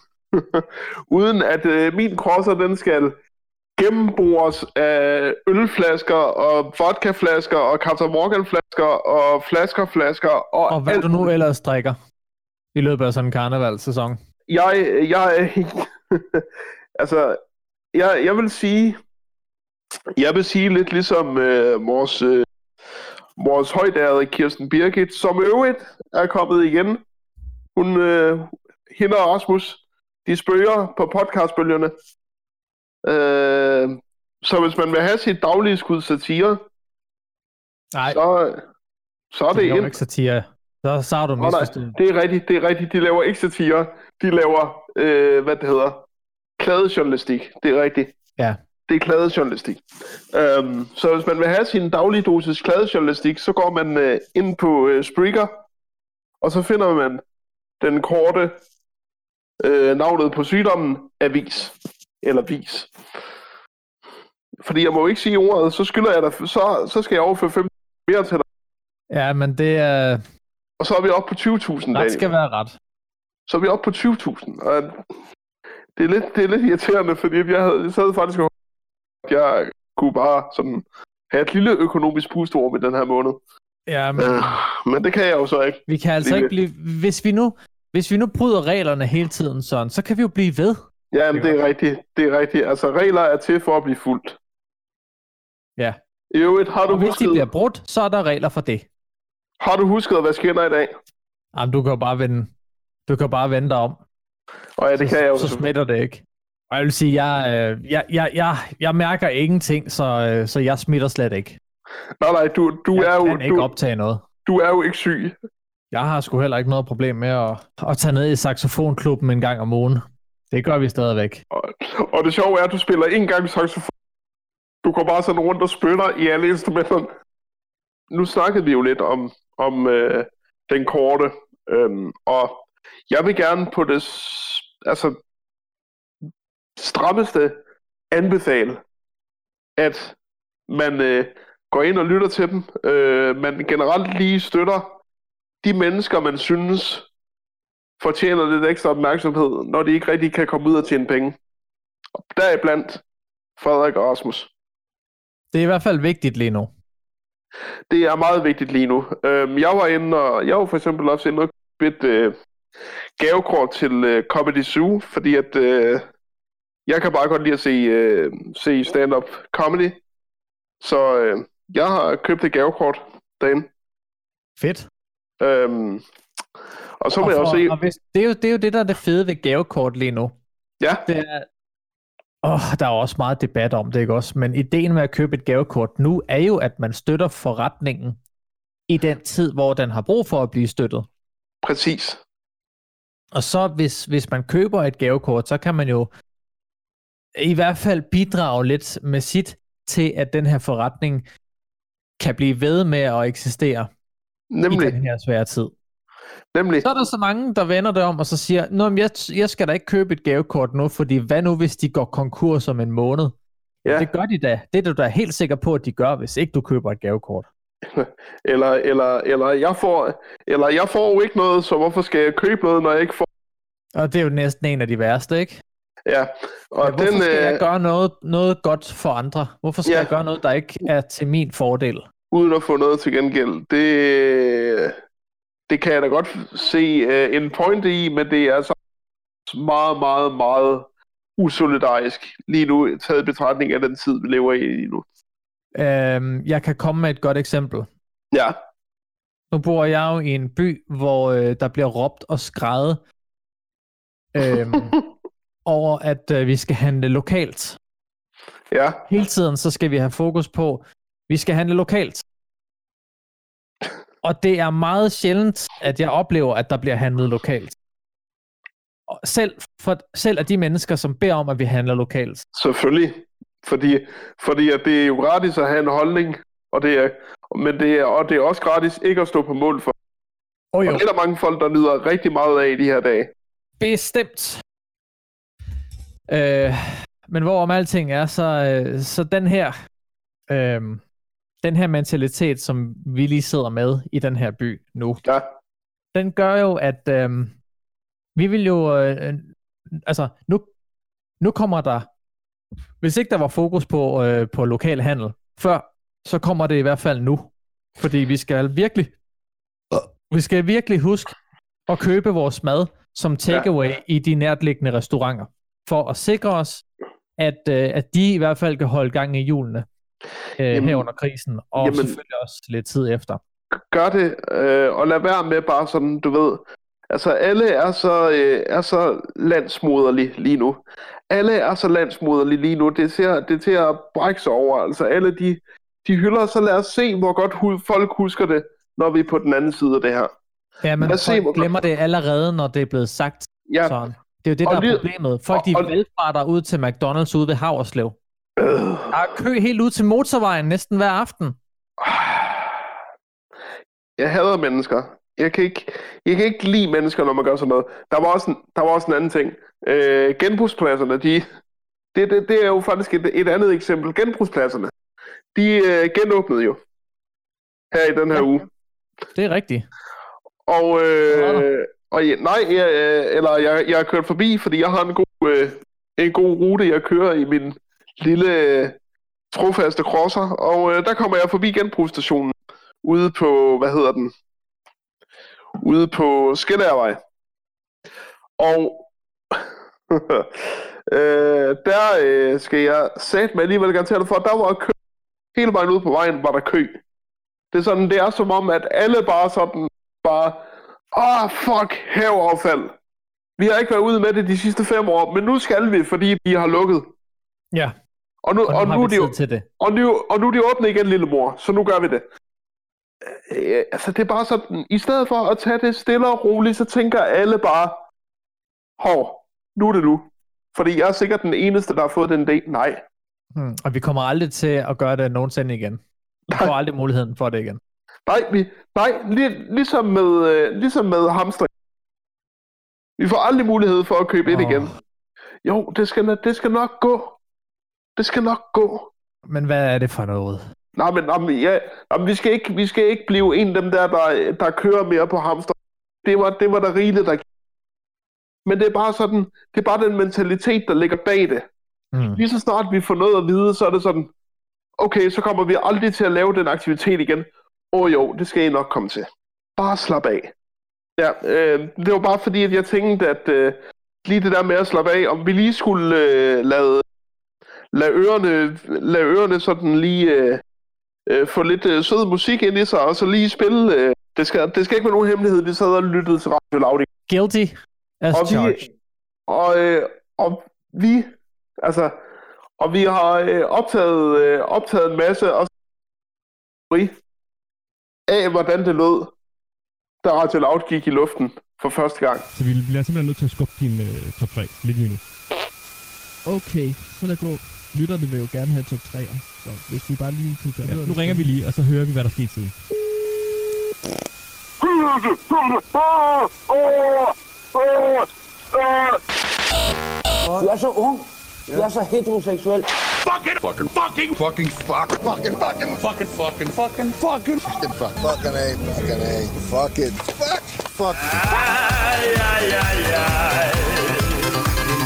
min crosser, den skal gennembores af ølflasker og vodkaflasker og Captain Morgan-flasker og flasker og hvad du nu ellers drikker i løbet af sådan en karnevalssæson? Jeg vil sige lidt ligesom vores højdærede Kirsten Birgit, som øvrigt er kommet igen. Hende og Rasmus, de spøger på podcastbølgerne. Så hvis man vil have sit daglige skud satire, nej, så er det ikke satire. Så har du misforstået. Det er rigtigt. De laver ikke satire. De laver, kladejournalistik. Det er rigtigt. Ja. Det er kladejournalistik. Så hvis man vil have sin daglige dosis kladejournalistik, så går man ind på Spreaker, og så finder man den korte navnet på sygdommen avis. Eller vis. Fordi jeg må ikke sige ordet, så skylder jeg dig, så skal jeg overføre 5 mere til dig. Ja, men det er... Og så er vi oppe på 20.000. Ret skal være ret. Så er vi oppe på 20.000. Og det er lidt irriterende, fordi jeg havde faktisk at jeg kunne bare sådan have et lille økonomisk pusterum i den her måned. Ja, men det kan jeg jo så ikke. Vi kan altså ikke blive... Hvis vi nu bryder reglerne hele tiden sådan, så kan vi jo blive ved. Jamen, det er rigtigt. Altså, regler er til for at blive fulgt. Ja. I øvrigt, har du husket... hvis de bliver brudt, så er der regler for det. Har du husket at vaske hænder i dag? Jamen, du kan jo bare vende dig om. Og ja, det kan jeg jo. Så smitter det ikke. Og jeg vil sige, jeg mærker ingenting, så jeg smitter slet ikke. Nej, du er jo... Jeg kan ikke optage noget. Du er jo ikke syg. Jeg har sgu heller ikke noget problem med at tage ned i saxofonklubben en gang om ugen. Det gør vi stadigvæk. Og det sjove er, at du spiller en gang saxofon. Du går bare sådan rundt og spytter i alle instrumenterne. Nu snakkede vi jo lidt om den korte. Og jeg vil gerne på det strammeste anbefale, at man går ind og lytter til dem. Man generelt lige støtter de mennesker, man synes fortjener lidt ekstra opmærksomhed, når de ikke rigtig kan komme ud og tjene penge. Deriblandt Frederik og Rasmus. Det er i hvert fald vigtigt lige nu. Det er meget vigtigt lige nu. Jeg var for eksempel også inde og købe et gavekort til Comedy Zoo, fordi at jeg kan bare godt lide at se stand-up comedy. Så jeg har købt et gavekort derinde. Fedt. Og så må jeg også se... Det er jo det, der er det fede ved gavekort lige nu. Ja. Det er... der er også meget debat om det, ikke også? Men ideen med at købe et gavekort nu er jo, at man støtter forretningen i den tid, hvor den har brug for at blive støttet. Præcis. Og så hvis man køber et gavekort, så kan man jo i hvert fald bidrage lidt med sit til, at den her forretning kan blive ved med at eksistere. Nemlig. I den her svære tid. Nemlig. Så er der så mange, der vender det om, og så siger, nå, jeg skal da ikke købe et gavekort nu, fordi hvad nu, hvis de går konkurs om en måned? Ja. Det gør de da. Det er du da helt sikker på, at de gør, hvis ikke du køber et gavekort. eller jeg får jo ikke noget, så hvorfor skal jeg købe noget, når jeg ikke får? Og det er jo næsten en af de værste, ikke? Ja. Og hvorfor skal jeg gøre noget godt for andre? Hvorfor skal jeg gøre noget, der ikke er til min fordel? Uden at få noget til gengæld. Det kan jeg da godt se en point i, men det er så meget, meget, meget usolidarisk lige nu, taget i betragtning af den tid, vi lever i lige nu. Jeg kan komme med et godt eksempel. Ja. Nu bor jeg jo i en by, hvor der bliver råbt og skrædet over, at vi skal handle lokalt. Ja. Hele tiden så skal vi have fokus på, vi skal handle lokalt. Og det er meget sjældent, at jeg oplever, at der bliver handlet lokalt. Selv af de mennesker, som beder om, at vi handler lokalt. Selvfølgelig. Fordi at det er jo gratis at have en holdning, og det er også gratis ikke at stå på mål for. Og det er der mange folk, der nyder rigtig meget af i de her dage. Bestemt. Men hvorom alting er, så den her mentalitet, som vi lige sidder med i den her by nu, den gør jo, at vi vil jo, nu kommer der, hvis ikke der var fokus på lokal handel før, så kommer det i hvert fald nu. Fordi vi skal virkelig huske at købe vores mad som takeaway i de nærtliggende restauranter, for at sikre os, at de i hvert fald kan holde gang i hjulene her under krisen, og selvfølgelig også lidt tid efter. Gør det, og lad være med bare sådan, du ved, altså alle er så landsmoderlige lige nu. Alle er så landsmoderlige lige nu. Det er til at brække sig over. Altså alle de hylder, så lad os se, hvor godt folk husker det, når vi er på den anden side af det her. Ja, men folk glemmer det allerede, når det er blevet sagt. Ja. Sådan. Det er jo det, der er problemet. Folk, de velfarter ud til McDonald's ude ved Haverslev. Der er kø helt ud til motorvejen næsten hver aften. Jeg hader mennesker. Jeg kan ikke lide mennesker, når man gør sådan noget. Der var også en anden ting. Genbrugspladserne, det er jo faktisk et andet eksempel. Genbrugspladserne, de genåbnede jo her i den her uge. Det er rigtigt. Jeg har kørt forbi, fordi jeg har en god rute, jeg kører i min lille trofaste crosser, og der kommer jeg forbi genbrugsstationen ude på, ude på Skelærvej. Og der skal jeg satme alligevel garantere det for, at der var kø. Hele vejen ude på vejen var der kø. Det er som om, at alle fuck, haveaffald. Vi har ikke været ude med det de sidste 5 år, men nu skal vi, fordi de har lukket. Ja. Og nu er de åbne igen, lille mor, så nu gør vi det. Altså det er bare sådan, i stedet for at tage det stille og roligt, så tænker alle bare, nu er det nu. Fordi jeg er sikkert den eneste, der har fået den idé. Nej. Og vi kommer aldrig til at gøre det nogensinde igen. Vi får aldrig muligheden for det igen. Ligesom med hamstring. Vi får aldrig mulighed for at købe et igen. Jo, det skal nok gå. Det skal nok gå. Men hvad er det for noget? Vi skal ikke blive en af dem der kører mere på hamster. Det var der rigeligt, der. Men det er bare sådan, det er bare den mentalitet, der ligger bag det. Lige så snart vi får noget at vide, så er det sådan, okay, så kommer vi aldrig til at lave den aktivitet igen. Jo, det skal I nok komme til. Bare slap af. Ja, det var bare fordi, at jeg tænkte, at lige det der med at slappe af, om vi lige skulle lade ørerne sådan lige få lidt sød musik ind i sig, og så lige spille. Det skal ikke være nogen hemmelighed, vi sad og lyttede til Radio Loud. Guilty as charged. Og vi har optaget en masse af, hvordan det lød, da Radio Loud gik i luften for første gang. Så vi bliver simpelthen nødt til at skubbe din top 3 lidt nu. Okay, så lad gå. Lytterne vil jo gerne have top 3'er, så hvis vi bare lige kunne gøre det. Nu ringer vi lige, og så hører vi, hvad der sker siden. Du er så ung. Du er så heteroseksuel. Fucking.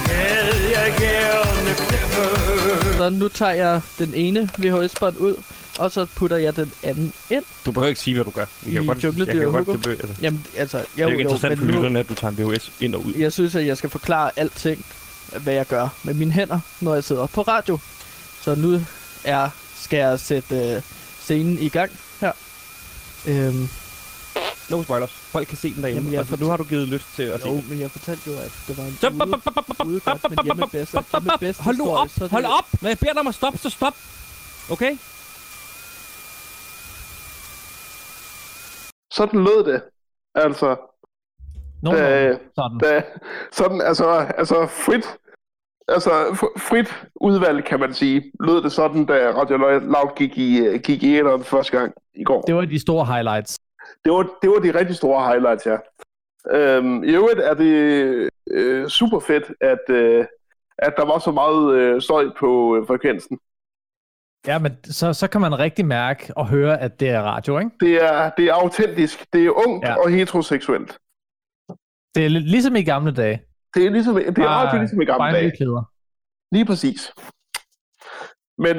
Så nu tager jeg den ene VHS-bånd ud, og så putter jeg den anden ind. Du behøver ikke sige, hvad du gør. Jeg kan godt Jamen, altså, det er jo ikke interessant for lytterne, at du tager en VHS ind og ud. Jeg synes, at jeg skal forklare alting, hvad jeg gør med mine hænder, når jeg sidder på radio. Så nu skal jeg sætte scenen i gang her. No spoilers. Folk kan se den derinde. Jamen, for nu har du givet lyst til at se den. Men jeg fortalte jo, at det var en udegodt med hjemmebedste. Hold nu op! Hold op! Når jeg beder dig om at stoppe, så stop! Okay? Sådan lød det. Altså... Sådan, altså frit... Altså, frit udvalg, kan man sige. Lød det sådan, da Radio Loud gik i æteren første gang i går. Det var de store highlights. Det var de rigtig store highlights, ja. I øvrigt er det super fedt, at der var så meget støj på frekvensen. Ja, men så kan man rigtig mærke og høre, at det er radio, ikke? Det er autentisk. Det er ungt og heteroseksuelt. Det er ligesom i gamle dage. Det er radio ligesom i gamle dage. Lige præcis. Men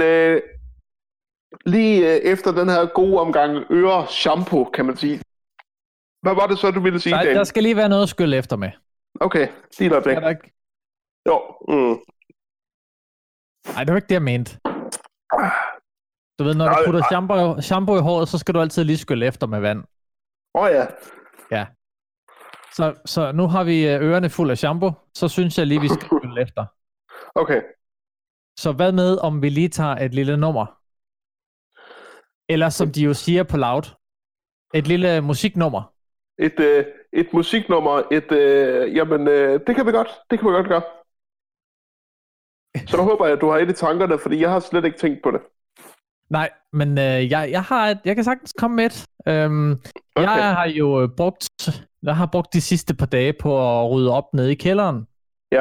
lige efter den her gode omgang øre-shampoo, kan man sige. Hvad var det så, du ville sige, Daniel? Der skal lige være noget at skylle efter med. Okay, lige der væk. Ikke? Jo. Nej, det var ikke det, jeg mente. Du ved, når du putter shampoo i håret, så skal du altid lige skylle efter med vand. Ja. Ja. Så nu har vi ørerne fuld af shampoo, så synes jeg lige, vi skal skylle efter. Okay. Så hvad med, om vi lige tager et lille nummer? Eller som de jo siger på Loud, et lille musiknummer. Et musiknummer, det kan vi godt gøre. Så nu håber jeg, at du har et i tankerne, fordi jeg har slet ikke tænkt på det. Nej, men jeg kan sagtens komme med et. Okay. Jeg har jo brugt de sidste par dage på at rydde op nede i kælderen. Ja.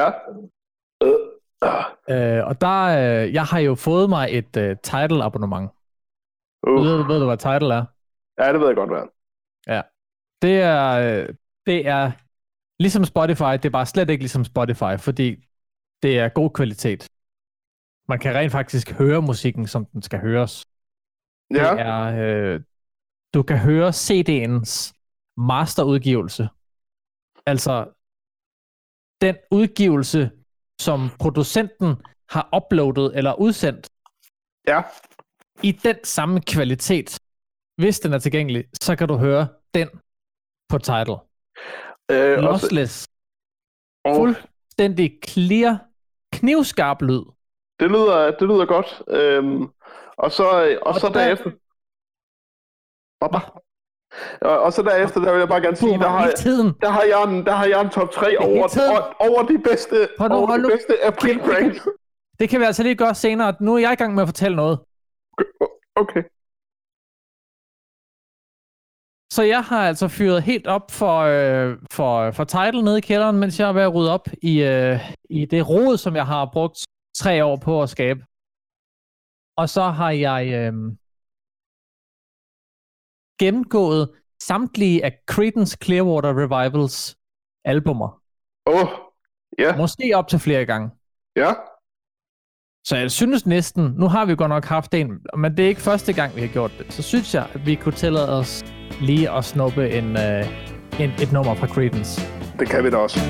Og der, jeg har jo fået mig et Tidal abonnement. Ved du, hvad Tidal er? Ja, det ved jeg godt, hvad. Ja. Det er ligesom Spotify, det er bare slet ikke ligesom Spotify, fordi det er god kvalitet. Man kan rent faktisk høre musikken, som den skal høres. Ja. Det er, du kan høre CD'ens masterudgivelse. Altså, den udgivelse, som producenten har uploadet eller udsendt. Ja. I den samme kvalitet. Hvis den er tilgængelig, så kan du høre den på Tidal. Lossless. Fuldstændig clear, knivskarp lyd. Det lyder godt. Og så derefter... Og så derefter, der vil jeg bare gerne sige, der har jeg en top 3 over de bedste April pranks. Det kan vi altså lige gøre senere. Nu er jeg i gang med at fortælle noget. Okay. Så jeg har altså fyret helt op for Tidal nede i kælderen, mens jeg er ved at rydde op i det rod, som jeg har brugt 3 år på at skabe. Og så har jeg gennemgået samtlige af Creedence Clearwater Revivals albumer. Måske op til flere gange. Ja. Så jeg synes næsten, nu har vi godt nok haft en, men det er ikke første gang, vi har gjort det. Så synes jeg, at vi kunne tillade os lige at snuppe et nummer fra Creedence. Det kan vi da også.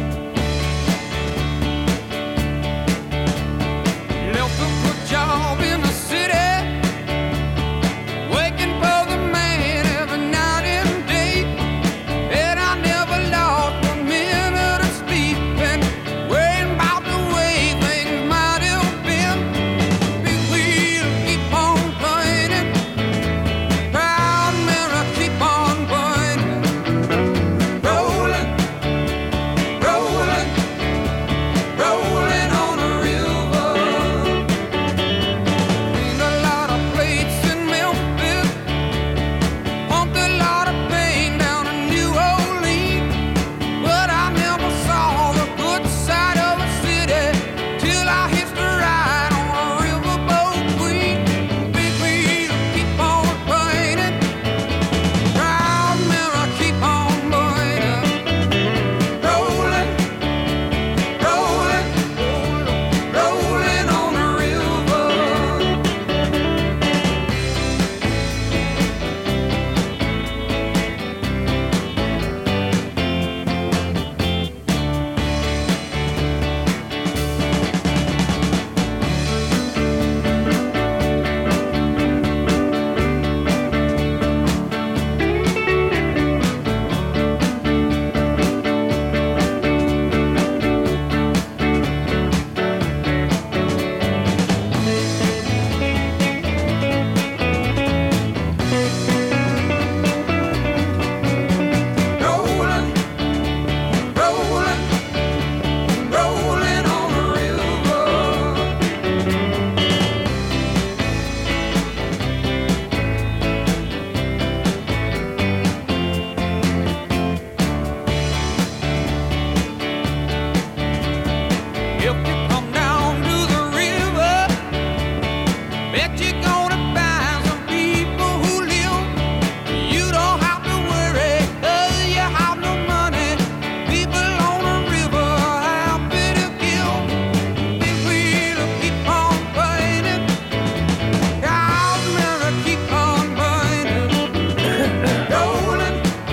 Rolling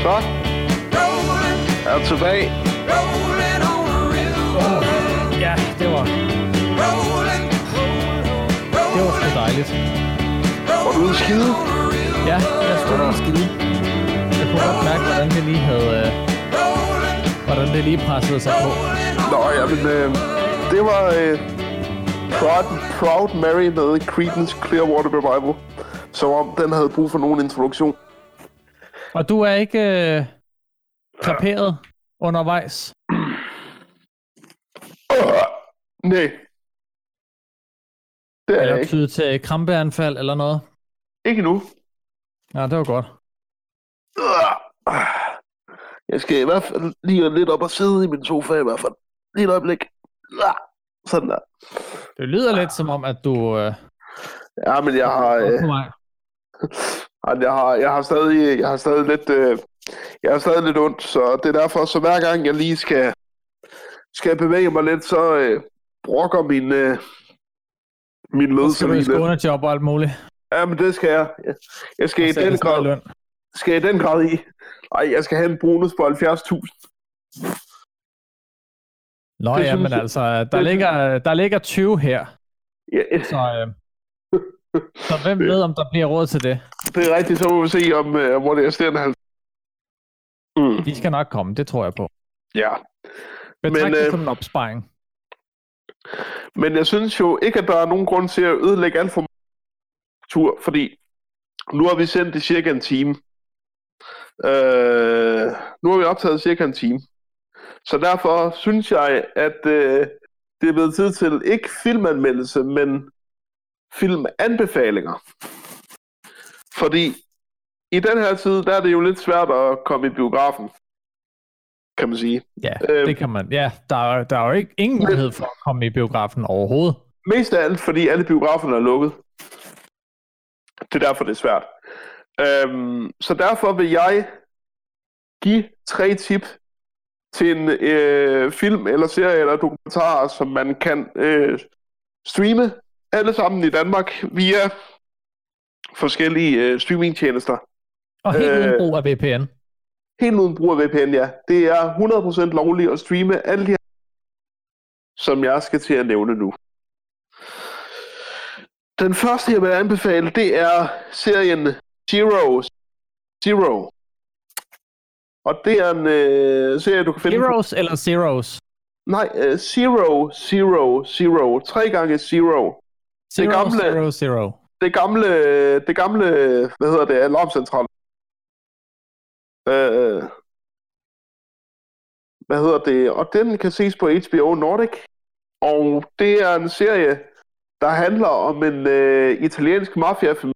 Så er jeg tilbage. Ja, det var sgu dejligt. Var du ude at skide? Ja, jeg skulle ude at skide. Jeg kunne godt mærke, hvordan det lige pressede sig på. Nå, jamen, det var Proud Mary med Creedence Clearwater Revival, som om den havde brug for nogen introduktion. Og du er ikke kraperet undervejs? Nej. Det er eller jeg ikke. tydet til krampeanfald eller noget? Ikke nu. Ja, det var godt. Jeg skal i hvert fald lige lidt op og sidde i min sofa i hvert fald. Lige et øjeblik. Sådan der. Det lyder lidt som om, at du... Ja, men jeg har... Jeg har stadig lidt ondt, så det er derfor, så hver gang jeg lige skal bevæge mig lidt, så brokker min led. Så skal du i skånejob og alt muligt. Ja, men det skal jeg. Jeg skal i den grad i. Ej, jeg skal have en bonus på 70.000. Nå ja, men altså, der ligger 20 her. Yeah. Så hvem ved, om der bliver råd til det? Det er rigtigt, så må vi se, hvor det er stærende 50. De skal nok komme, det tror jeg på. Ja. Betræk det som en opsparing. Men jeg synes jo ikke, at der er nogen grund til at ødelægge alt for meget tur, fordi nu har vi sendt i cirka en time. Nu har vi optaget cirka en time. Så derfor synes jeg, at det er blevet tid til ikke filmanmeldelse, men filmanbefalinger. Fordi i den her tid, der er det jo lidt svært at komme i biografen, kan man sige. Ja, det kan man. Ja, der er jo ikke ingen mulighed for at komme i biografen overhovedet. Mest af alt, fordi alle biograferne er lukket. Det er derfor, det er svært. Så derfor vil jeg give 3 tip til en film eller serie eller dokumentar, som man kan streame alle sammen i Danmark via forskellige streamingtjenester. Og helt uden brug af VPN. Helt uden brug af VPN, ja. Det er 100% lovligt at streame alle de her, som jeg skal til at nævne nu. Den første, jeg vil anbefale, det er serien Zero. Og det er en serie, du kan finde... Heroes eller Zeros? Nej, Zero. 3 gange Zero. Zero. Det gamle, hvad hedder det, alarmcentral. Hvad hedder det? Og den kan ses på HBO Nordic. Og det er en serie, der handler om en italiensk mafiafamilie,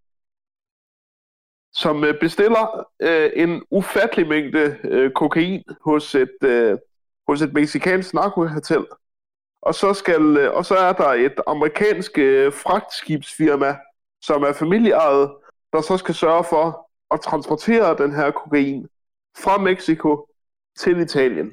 som bestiller en ufattelig mængde kokain hos et mexicansk narkokartel. Og så er der et amerikansk fragtskibsfirma, som er familieejet, der så skal sørge for at transportere den her kokain fra Mexico til Italien.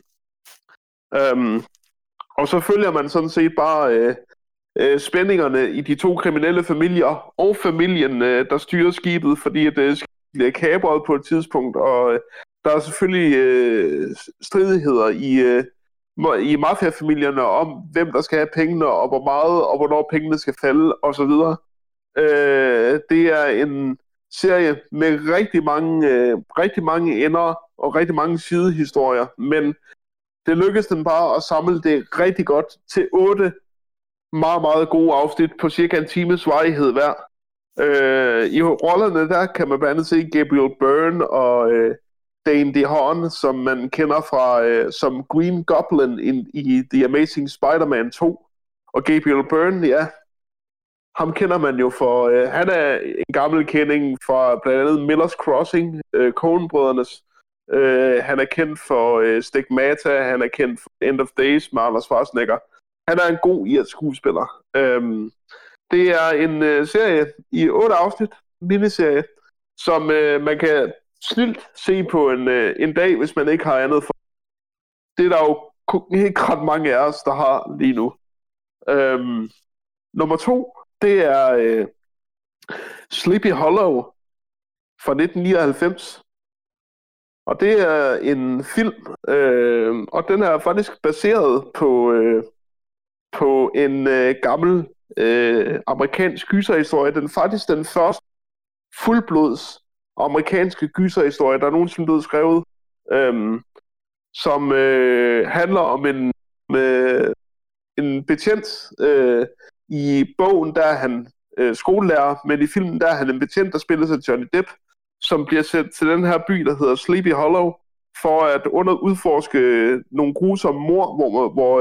Og så følger man sådan set bare spændingerne i de 2 kriminelle familier og familien, der styrer skibet, fordi det bliver kapret på et tidspunkt, og der er selvfølgelig stridigheder i mafiafamilierne om, hvem der skal have pengene, og hvor meget, og hvornår pengene skal falde, osv. Det er en serie med rigtig mange ender og rigtig mange sidehistorier, men det lykkedes den bare at samle det rigtig godt til 8 meget, meget gode afsnit på cirka en times varighed hver. I rollerne der kan man blandt andet se Gabriel Byrne og Dane DeHaan, som man kender fra som Green Goblin i The Amazing Spider-Man 2. Og Gabriel Byrne, ja, ham kender man jo for, han er en gammel kending fra blandt andet Miller's Crossing, Coen-brødrenes. Han er kendt for Stigmata, han er kendt for End of Days med Arnold Schwarzenegger. Han er en god irsk-skuespiller. Det er en serie i 8 afsnit, miniserie, som man kan snilt se på en dag, hvis man ikke har andet for. Det er der jo ikke ret mange af os, der har lige nu. Nummer 2, det er Sleepy Hollow fra 1999. Og det er en film, og den er faktisk baseret på en gammel amerikansk gyserhistorie. Den er faktisk den første fuldblods amerikanske gyserhistorie, der er nogensinde blevet skrevet, som handler om en betjent. I bogen, der er han skolelærer, men i filmen, der er han en betjent, der spiller sig Johnny Depp, som bliver sendt til den her by, der hedder Sleepy Hollow, for at udforske nogle grusomme mord, hvor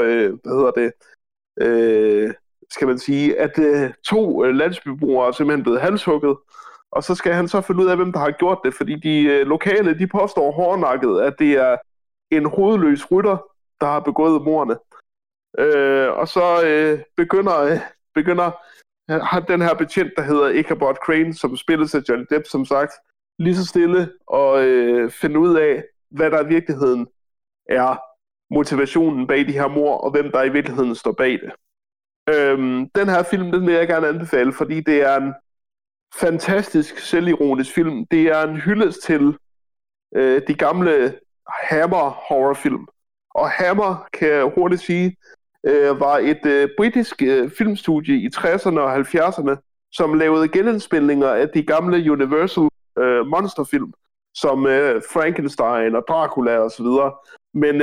skal man sige, at 2 landsbyboere er simpelthen blevet halshugget, og så skal han så finde ud af, hvem der har gjort det, fordi de lokale, de påstår hårdnakket, at det er en hovedløs rytter, der har begået mordene. Og så begynder den her betjent, der hedder Ichabod Crane, som spilles af Johnny Depp, som sagt, lige så stille og finde ud af, hvad der i virkeligheden er motivationen bag de her mord, og hvem der i virkeligheden står bag det. Den her film, den vil jeg gerne anbefale, fordi det er en fantastisk selvironisk film. Det er en hyldest til de gamle Hammer horrorfilm. Og Hammer, kan jeg hurtigt sige, var et britisk filmstudie i 60'erne og 70'erne, som lavede genindspilninger af de gamle Universal monsterfilm, som Frankenstein og Dracula og så videre, men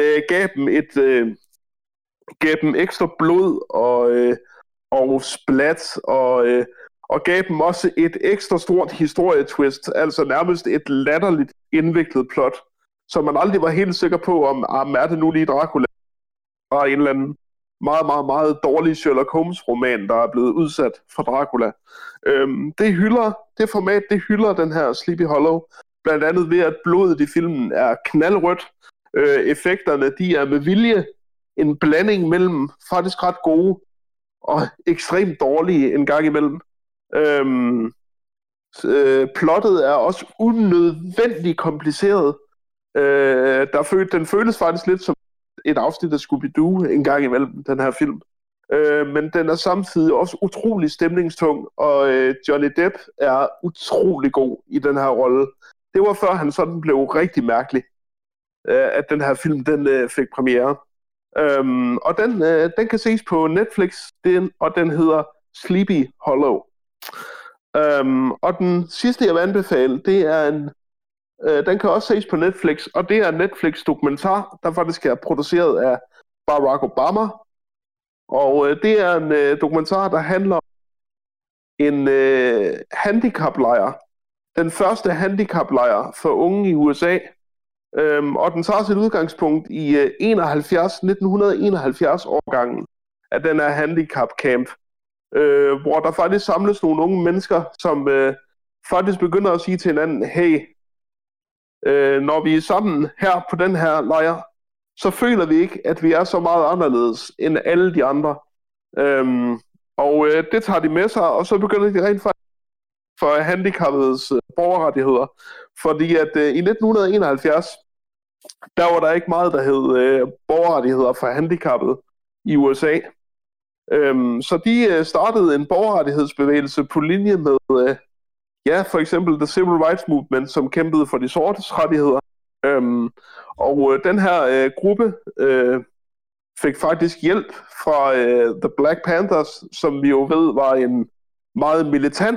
gav dem ekstra blod og splat og gav dem også et ekstra stort historietwist, altså nærmest et latterligt indviklet plot, så man aldrig var helt sikker på, om er det nu lige Dracula, og en eller anden meget, meget, meget dårlig Sherlock Holmes-roman, der er blevet udsat for Dracula. Det format hylder den her Sleepy Hollow, blandt andet ved, at blodet i filmen er knaldrødt. Effekterne, de er med vilje en blanding mellem faktisk ret gode og ekstremt dårlige en gang imellem. Plottet er også unødvendigt kompliceret. Den føles faktisk lidt som et afsnit af Scooby-Doo en gang imellem, den her film. Men den er samtidig også utrolig stemningstung, og Johnny Depp er utrolig god i den her rolle. Det var før han sådan blev rigtig mærkelig, at den her film den fik premiere. Og den kan ses på Netflix, og den hedder Sleepy Hollow. Og den sidste, jeg vil anbefale, det er den kan også ses på Netflix, og det er en Netflix-dokumentar, der faktisk er produceret af Barack Obama. Og det er en dokumentar, der handler om en handicaplejr. Den første handicaplejr for unge i USA. Og den tager sit udgangspunkt i 1971-årgangen af den her handicap camp, hvor der faktisk samles nogle unge mennesker, som faktisk begynder at sige til hinanden, hey, når vi er sammen her på den her lejr, så føler vi ikke, at vi er så meget anderledes end alle de andre. Og det tager de med sig, og så begynder de rent faktisk for handicappedes borgerrettigheder. Fordi at i 1971, der var der ikke meget, der hed borgerrettigheder for handicappede i USA. Så de startede en borgerrettighedsbevægelse på linje med, for eksempel The Civil Rights Movement, som kæmpede for de sortes rettigheder. Og den her gruppe fik faktisk hjælp fra The Black Panthers, som vi jo ved var en meget militant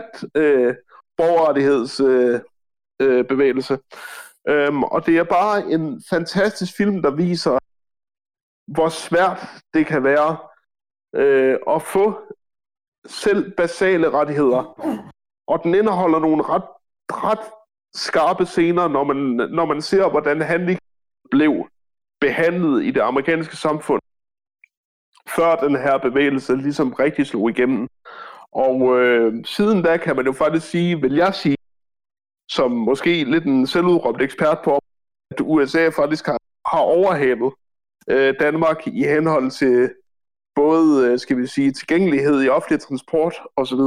borgerrettighedsbevægelse. Og det er bare en fantastisk film, der viser, hvor svært det kan være at få selv basale rettigheder. Og den indeholder nogle ret skarpe scener, når man ser, hvordan handicap blev behandlet i det amerikanske samfund, før den her bevægelse ligesom rigtig slog igennem. Og siden da kan man jo faktisk sige, vil jeg sige, som måske lidt en selvudråbt ekspert på, at USA faktisk har overhalet Danmark i henhold til både, skal vi sige, tilgængelighed i offentlig transport osv.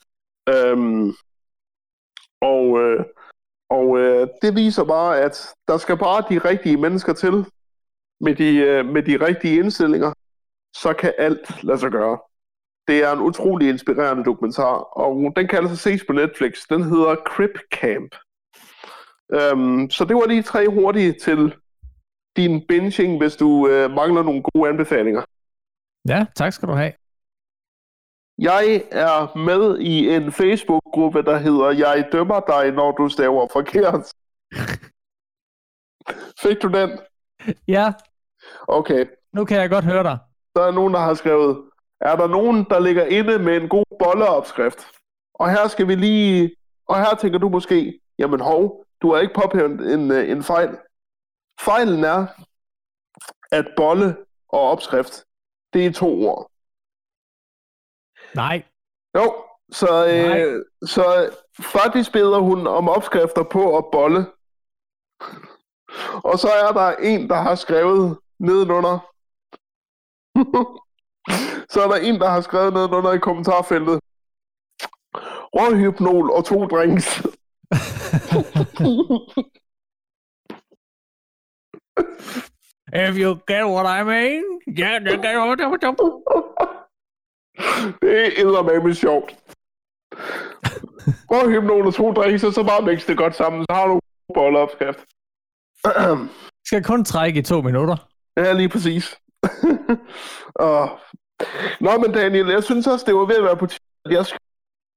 Det viser bare, at der skal bare de rigtige mennesker til med de rigtige indstillinger, så kan alt lade sig gøre. Det er en utrolig inspirerende dokumentar, og den kan altså ses på Netflix. Den hedder Crip Camp. Så det var lige 3 hurtige til din binging, hvis du mangler nogle gode anbefalinger. Ja, tak skal du have. Jeg er med i en Facebook-gruppe, der hedder Jeg dømmer dig, når du staver forkert. Fik du den? Ja. Okay. Nu kan jeg godt høre dig. Der er nogen, der har skrevet, er der nogen, der ligger inde med en god bolleopskrift? Og her skal vi lige... Og her tænker du måske, jamen hov, du har ikke påpeget en fejl. Fejlen er, at bolle og opskrift, det er 2 ord. Nej. Jo, så faktisk beder hun om opskrifter på at bolle. Og så er der en, der har skrevet nedenunder. Så er der en, der har skrevet nedenunder i kommentarfeltet. Råhypnol og 2 drinks. If you get what I mean. Yeah, you get what I mean. Det er eddermame sjovt. Råhypnol og 2 drinks, og så bare mix det godt sammen. Så har du en bolleopskrift. Skal kun trække i 2 minutter. Ja, lige præcis. Nå, men Daniel, jeg synes også, det var ved at være på tide, at jeg skulle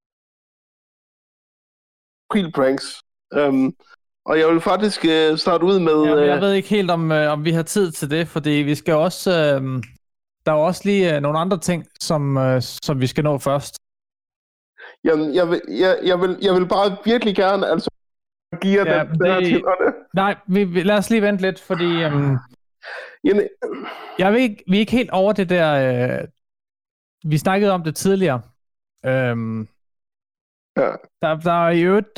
pranks. Og jeg vil faktisk starte ud med... Ja, jeg ved ikke helt, om vi har tid til det, fordi vi skal også... der er også lige nogle andre ting, som vi skal nå først. Jamen, jeg vil bare virkelig gerne altså give jer den der til det. Nej, lad os lige vente lidt, fordi... Jamen, jeg ved ikke, vi er ikke helt over det der... vi snakkede om det tidligere. Ja. Der er i øvrigt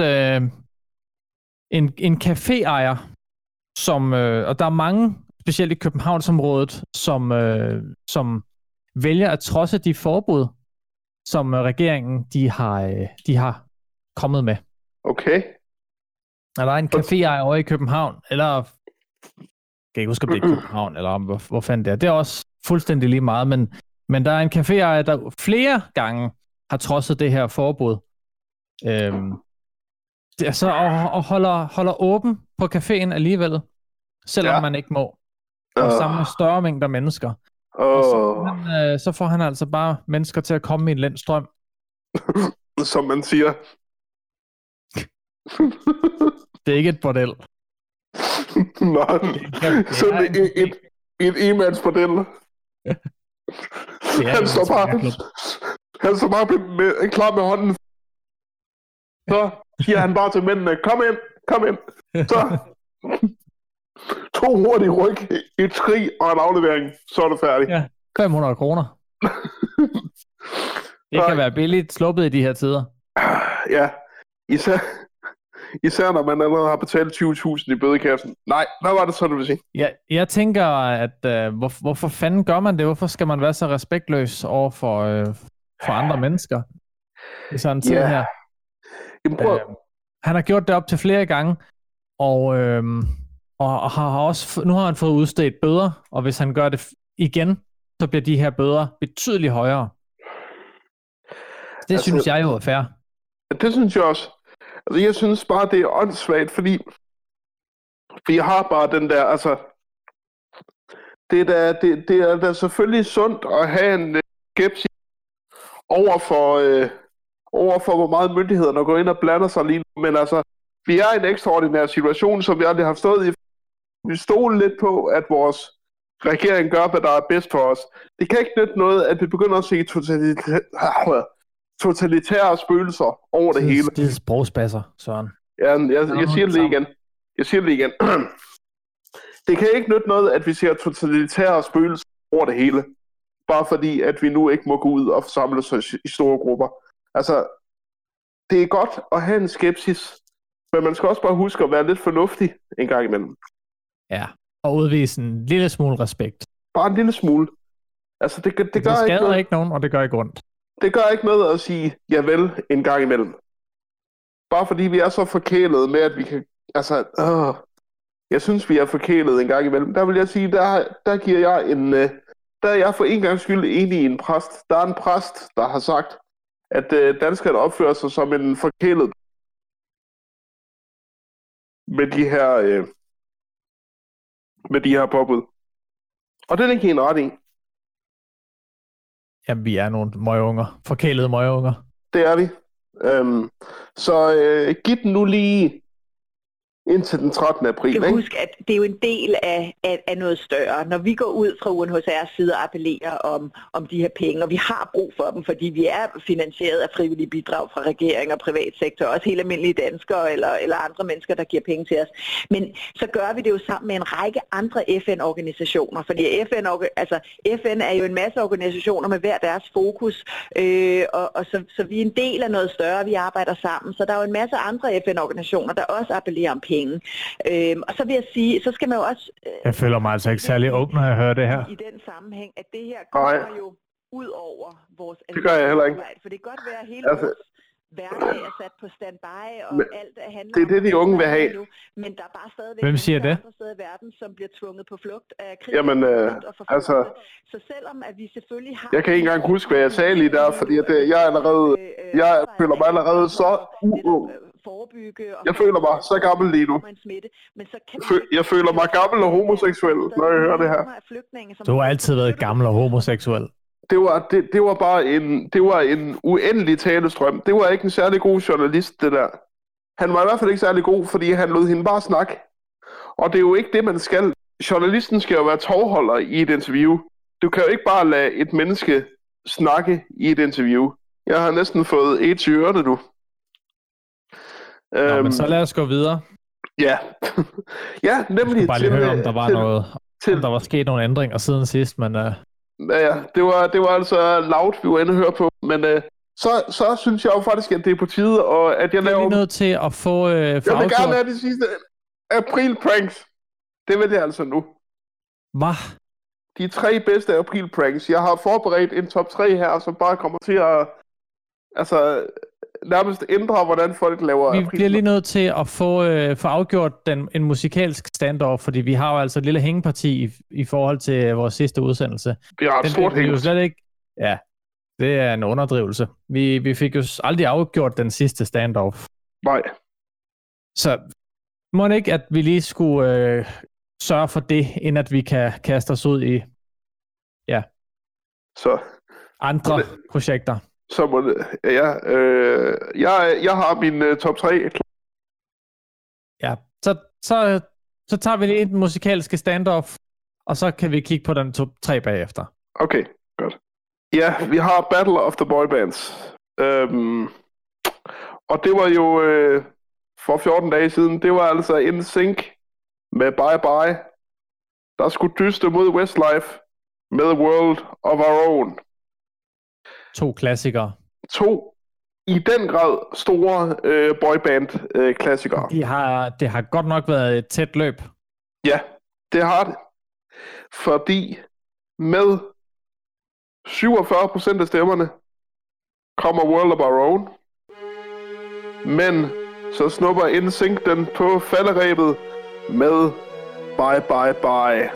en caféejer, som... og der er mange, specielt i Københavnsområdet, som vælger at trodse de forbud, som regeringen de har kommet med. Okay. Og der er en caféejer over i København, eller... Jeg kan ikke huske, om det er København, eller hvor fanden det er. Det er også fuldstændig lige meget, men der er en caféejer, der flere gange har trodset det her forbud. Det er så og holder åben på caféen alligevel, selvom man ikke må. Og samler større mængder mennesker. Og så får han altså bare mennesker til at komme i en lindstrøm. Som man siger. Det er ikke et bordel. Nej, sådan et e-mandsbordel. Han står bare klar med hånden. Så siger han bare til mændene, kom ind. Så 2 hurtige ryg, et skrig og en aflevering, så er det færdigt. Ja, 500 kroner. Det kan være billigt sluppet i de her tider. Ja, især når man allerede har betalt 20.000 i bødekassen. Nej, hvad var det så, du vil sige? Ja, jeg tænker, at hvorfor fanden gør man det? Hvorfor skal man være så respektløs over for andre mennesker i sådan en tid her? Han har gjort det op til flere gange, og har også, nu har han fået udstedt bøder, og hvis han gør det igen, så bliver de her bøder betydeligt højere. Det synes jeg jo er fair. Det synes jeg også. Altså, jeg synes bare, det er åndssvagt, fordi vi har bare den der, altså, det er da selvfølgelig sundt at have en skepsis over for, hvor meget myndighederne går ind og blander sig lige nu, men altså, vi er i en ekstraordinær situation, som vi aldrig har stået i. Vi stoler lidt på, at vores regering gør, hvad der er bedst for os. Det kan ikke nytte noget, at vi begynder at se totalitære spøgelser over det hele. Det er sprogspasser, Søren. Ja, jeg siger det igen. Det kan ikke nytte noget, at vi ser totalitære spøgelser over det hele. Bare fordi, at vi nu ikke må gå ud og samle os i store grupper. Altså, det er godt at have en skepsis, men man skal også bare huske at være lidt fornuftig en gang imellem. Ja, og udvise en lille smule respekt. Bare en lille smule. Altså, det skader ikke nogen, og det gør ikke ondt. Det gør ikke noget at sige javel en gang imellem. Bare fordi vi er så forkælede med, at vi kan... Altså, jeg synes, vi er forkælede en gang imellem. Der vil jeg sige, der giver jeg en... Der er jeg for en gang skyld enig i en præst. Der er en præst, der har sagt, at danskerne opfører sig som en forkælet med de her påbud. Og det er ikke en ret i. Jamen, vi er nogle møgeunger. Forkælede møgeunger. Det er vi. Så giv den nu lige indtil den 13. april. Jeg kan huske, at det er jo en del af noget større. Når vi går ud fra UNHCR's side og appellerer om de her penge, og vi har brug for dem, fordi vi er finansieret af frivillige bidrag fra regering og privatsektor, også helt almindelige danskere eller andre mennesker, der giver penge til os. Men så gør vi det jo sammen med en række andre FN-organisationer, fordi FN er jo en masse organisationer med hver deres fokus, og så vi er en del af noget større, vi arbejder sammen. Så der er jo en masse andre FN-organisationer, der også appellerer om penge. Og så vil jeg sige, så skal man jo også... Jeg føler mig altså ikke særlig ung, når jeg hører det her. I den sammenhæng, at det her kommer jo ud over vores... Det gør jeg heller ikke. For det kan godt være, at hele vores hverdag er sat på standby, og alt handler det er det, de unge vil have. Nu, men der er bare stadigvæk Hvem siger det? andre steder i verden, som bliver tvunget på flugt af krig. Jamen, altså... Så selvom at vi selvfølgelig har... Jeg kan ikke engang huske, hvad jeg sagde lige der, fordi at jeg føler mig allerede så forebygge. Jeg føler mig så gammel lige nu. Jeg føler mig gammel og homoseksuel, når jeg hører det her. Du har altid været gammel og homoseksuel. Det var en uendelig talestrøm. Det var ikke en særlig god journalist, det der. Han var i hvert fald ikke særlig god, fordi han lod hende bare snakke. Og det er jo ikke det, man skal. Journalisten skal jo være tovholder i et interview. Du kan jo ikke bare lade et menneske snakke i et interview. Jeg har næsten fået AIDS i ørerne nu. Nå, men så lad os gå videre. Ja, ja, nemlig. Jeg bare lige høre, om der var om der var sket nogle ændringer siden sidst, men... Ja, det var altså loud, vi var inde og høre på, men så synes jeg jo faktisk, at det er på tide, og at jeg laver... Jeg er nødt til at få jeg vil gerne have de sidste april-pranks. Det vil jeg altså nu. Hvad? De 3 bedste april-pranks. Jeg har forberedt en top 3 her, som bare kommer til at... Altså... nærmest ændre, hvordan folk laver... Vi bliver lige nødt til at få afgjort en musikalsk standoff, fordi vi har jo altså et lille hængeparti i forhold til vores sidste udsendelse. Vi har et stort hængeparti. Ja, det er en underdrivelse. Vi fik jo aldrig afgjort den sidste standoff. Nej. Så må det ikke, at vi lige skulle sørge for det, inden at vi kan kaste os ud i andre projekter. Så må det, jeg har min top 3. Ja, så tager vi lige en musikalske standoff, og så kan vi kigge på den top 3 bagefter. Okay, godt. Ja, vi har Battle of the Boy Bands. Og det var jo for 14 dage siden, det var altså NSYNC med Bye Bye, der skulle dyste mod Westlife med World of Our Own. 2 klassikere. 2 i den grad store boyband-klassikere. Det har godt nok været et tæt løb. Ja, det har det. Fordi med 47% af stemmerne kommer World of Our Own. Men så snupper NSYNC den på falderebet med Bye Bye Bye.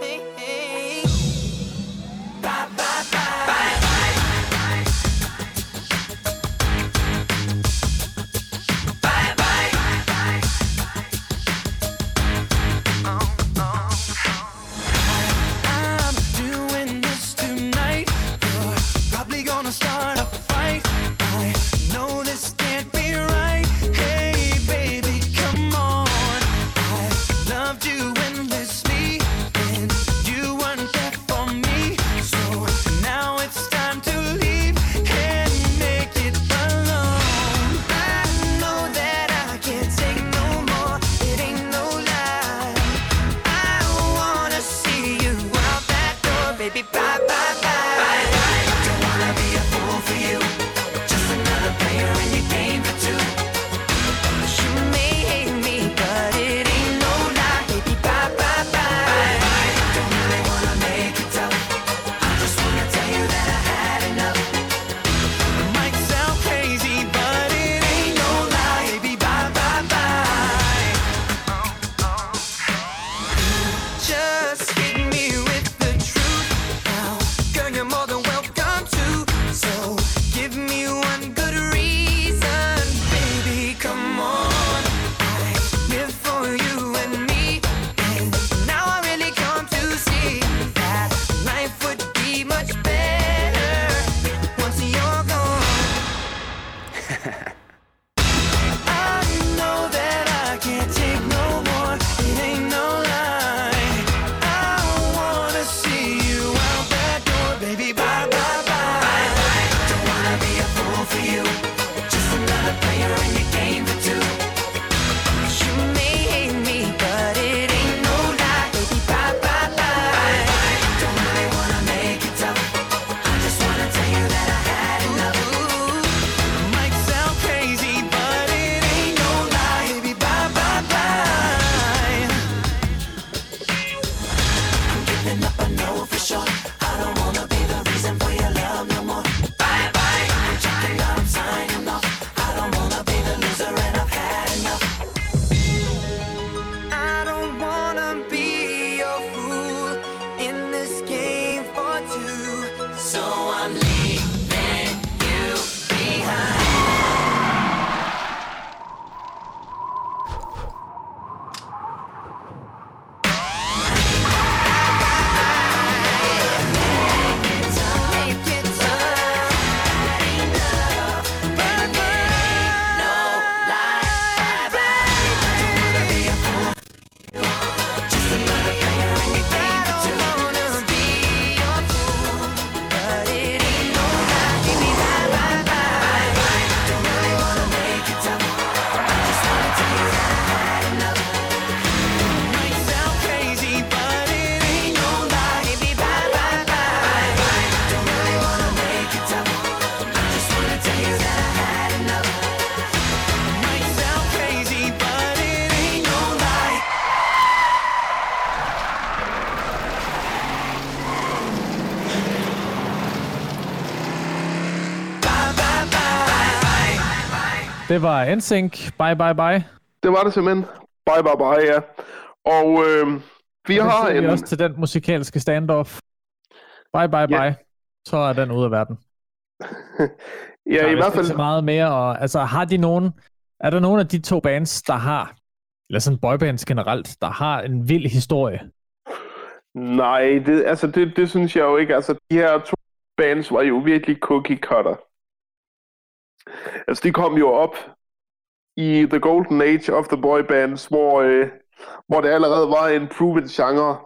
Det var NSYNC. Bye, bye, bye. Det var det simpelthen. Bye, bye, bye, ja. Og vi har en... også til den musikalske standoff. Bye, bye, bye. Så er den ude af verden. Ja, i hvert fald... Så meget mere, og altså, har de nogen... Er der nogen af de to bands, der har, eller sådan boybands generelt, der har en vild historie? Nej, det synes jeg jo ikke. Altså, de her to bands var jo virkelig cookie cutter. Altså, de kom jo op i the golden age of the boy bands, hvor det allerede var en proven genre.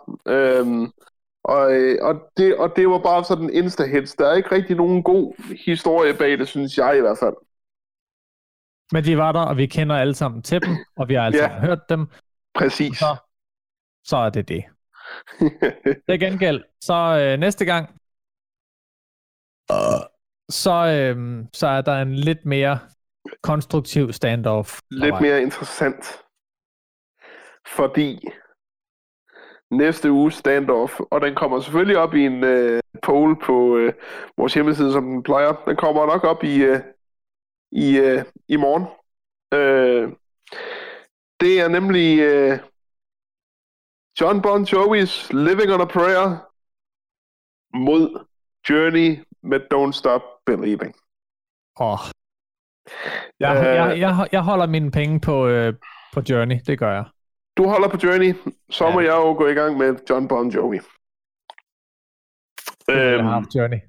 Og det var bare sådan insta-hits. Der er ikke rigtig nogen god historie bag det, synes jeg i hvert fald. Men de var der, og vi kender alle sammen til dem, og vi har alle sammen hørt dem. Præcis. Så er det det. Det er gengæld. Så næste gang, så er der en lidt mere konstruktiv standoff. Lidt mere interessant. Fordi næste uges standoff, og den kommer selvfølgelig op i en poll på vores hjemmeside, som den plejer. Den kommer nok op i morgen. Det er nemlig Jon Bon Jovi's Living on a Prayer mod Journey med Don't Stop Believing. Jeg holder mine penge på Journey, det gør jeg. Du holder på Journey, så må jeg jo gå i gang med Jon Bon Jovi. Jeg har haft Journey.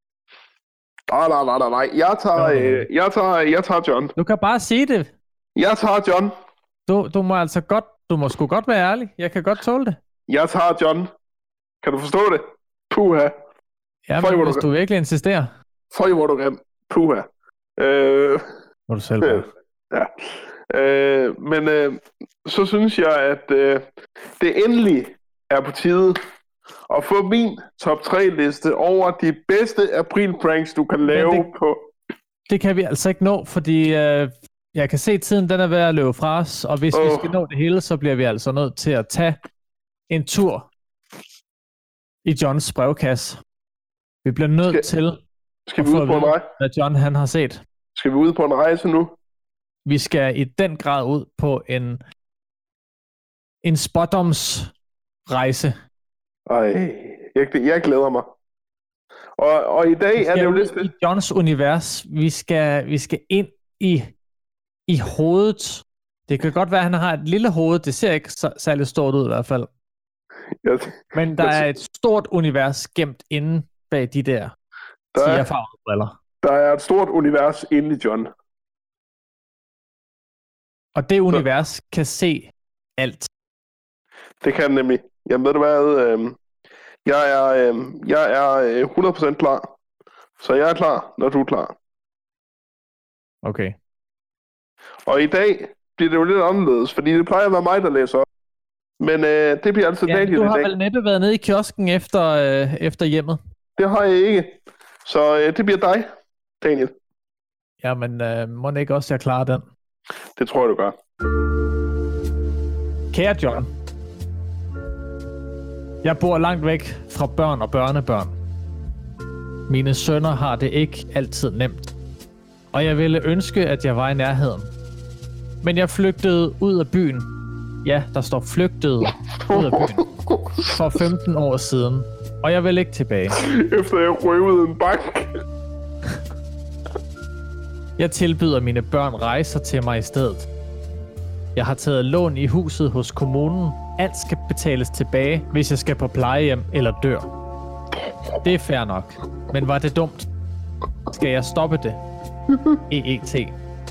Nej. Jeg tager Jon. Du kan bare sige det. Jeg tager Jon. Du må sgu godt være ærlig. Jeg kan godt tåle det. Jeg tager Jon. Kan du forstå det? Puha. Ja, men hvis du virkelig insisterer. Føj, hvor du kan. Puha. Må du selv være. Ja. Men så synes jeg, at det endelig er på tide at få min top 3-liste over de bedste april-pranks, du kan lave på... Det kan vi altså ikke nå, fordi jeg kan se, at tiden den er ved at løbe fra os, og hvis vi skal nå det hele, så bliver vi altså nødt til at tage en tur i Johns brevkasse. Vi bliver nødt til skal vi ud på en rejse? Hvad John han har set. Skal vi ud på en rejse nu? Vi skal i den grad ud på en spådomsrejse. Jeg glæder mig. Og i dag er det jo lidt... i Johns univers. Vi skal ind i hovedet. Det kan godt være, at han har et lille hoved. Det ser ikke særlig stort ud i hvert fald. Men der er et stort univers gemt inde bag de der tigerfarvede briller. Der er et stort univers inde i Jon. Og det univers kan se alt. Det kan nemlig. Jamen ved du hvad, jeg er 100% klar. Så jeg er klar, når du er klar. Okay. Og i dag bliver det jo lidt anderledes, fordi det plejer at være mig, der læser op. Men det bliver altså dagligt i dag. Du har vel næppe været nede i kiosken efter hjemmet? Det har jeg ikke. Så det bliver dig, Daniel. Jamen, må ikke også jeg klarer den? Det tror jeg, du gør. Kære Jon. Jeg bor langt væk fra børn og børnebørn. Mine sønner har det ikke altid nemt. Og jeg ville ønske, at jeg var i nærheden. Men jeg flygtede ud af byen. Ja, der står flygtede ud af byen. For 15 år siden. Og jeg vil ikke tilbage. Efter jeg røvede en bank. Jeg tilbyder mine børn rejser til mig i stedet. Jeg har taget lån i huset hos kommunen. Alt skal betales tilbage, hvis jeg skal på plejehjem eller dør. Det er fair nok. Men var det dumt? Skal jeg stoppe det? EET.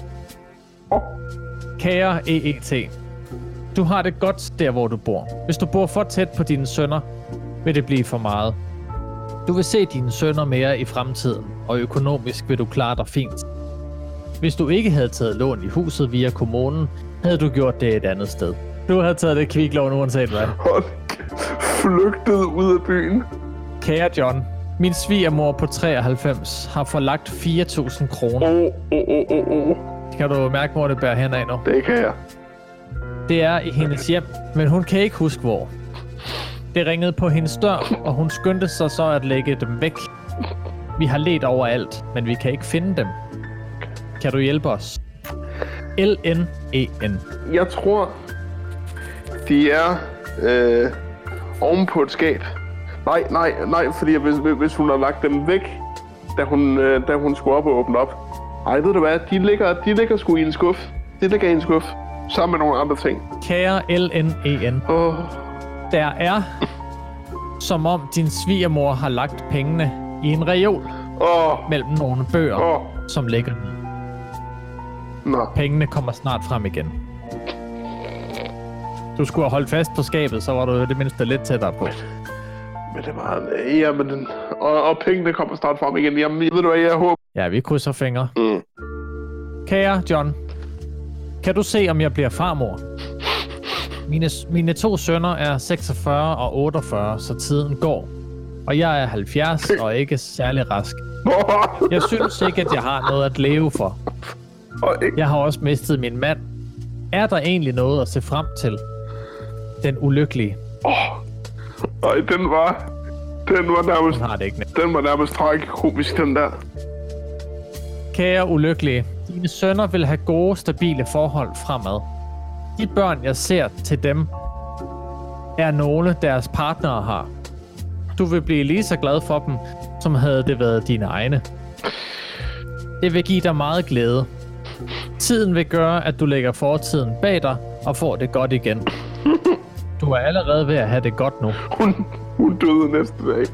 Kære EET. Du har det godt der, hvor du bor. Hvis du bor for tæt på dine sønner, vil det blive for meget. Du vil se dine sønner mere i fremtiden, og økonomisk vil du klare dig fint. Hvis du ikke havde taget lån i huset via kommunen, havde du gjort det et andet sted. Du havde taget det kviklån uanset hvad. Flygtet ud af byen. Kære Jon, min svigermor på 93 har forlagt 4.000 kroner. Kan du mærke, hvor det bærer hen af nu? Det kan jeg. Det er i hendes hjem, men hun kan ikke huske hvor. Det ringede på hendes dør, og hun skyndte sig så at lægge dem væk. Vi har ledt overalt, men vi kan ikke finde dem. Kan du hjælpe os? LNEN. Jeg tror, de er oven på et skab. Nej, fordi hvis hun har lagt dem væk, da hun skulle op og åbne op. Ej, ved du hvad? De ligger sgu i en skuffe. De ligger i en skuffe. Sammen med nogle andre ting. Kære LNEN. Der er, som om din svigermor har lagt pengene i en reol mellem nogle bøger, som ligger ned. Pengene kommer snart frem igen. Du skulle have holdt fast på skabet, så var du det mindste lidt tættere på. Men det var... Jamen, og pengene kommer snart frem igen. Jamen, ved du hvad, jeg håber... Ja, vi krydser fingre. Kære John, kan du se, om jeg bliver farmor? Mine 2 sønner er 46 og 48, så tiden går. Og jeg er 70 og ikke særlig rask. Jeg synes ikke, at jeg har noget at leve for. Jeg har også mistet min mand. Er der egentlig noget at se frem til? Den ulykkelige. Den var nærmest... Hun har det ikke. Den var nærmest tragikomisk, den der. Kære ulykkelige, dine sønner vil have gode, stabile forhold fremad. De børn, jeg ser til dem, er nogle, deres partnere har. Du vil blive lige så glad for dem, som havde det været dine egne. Det vil give dig meget glæde. Tiden vil gøre, at du lægger fortiden bag dig og får det godt igen. Du er allerede ved at have det godt nu. Hun døde næste dag.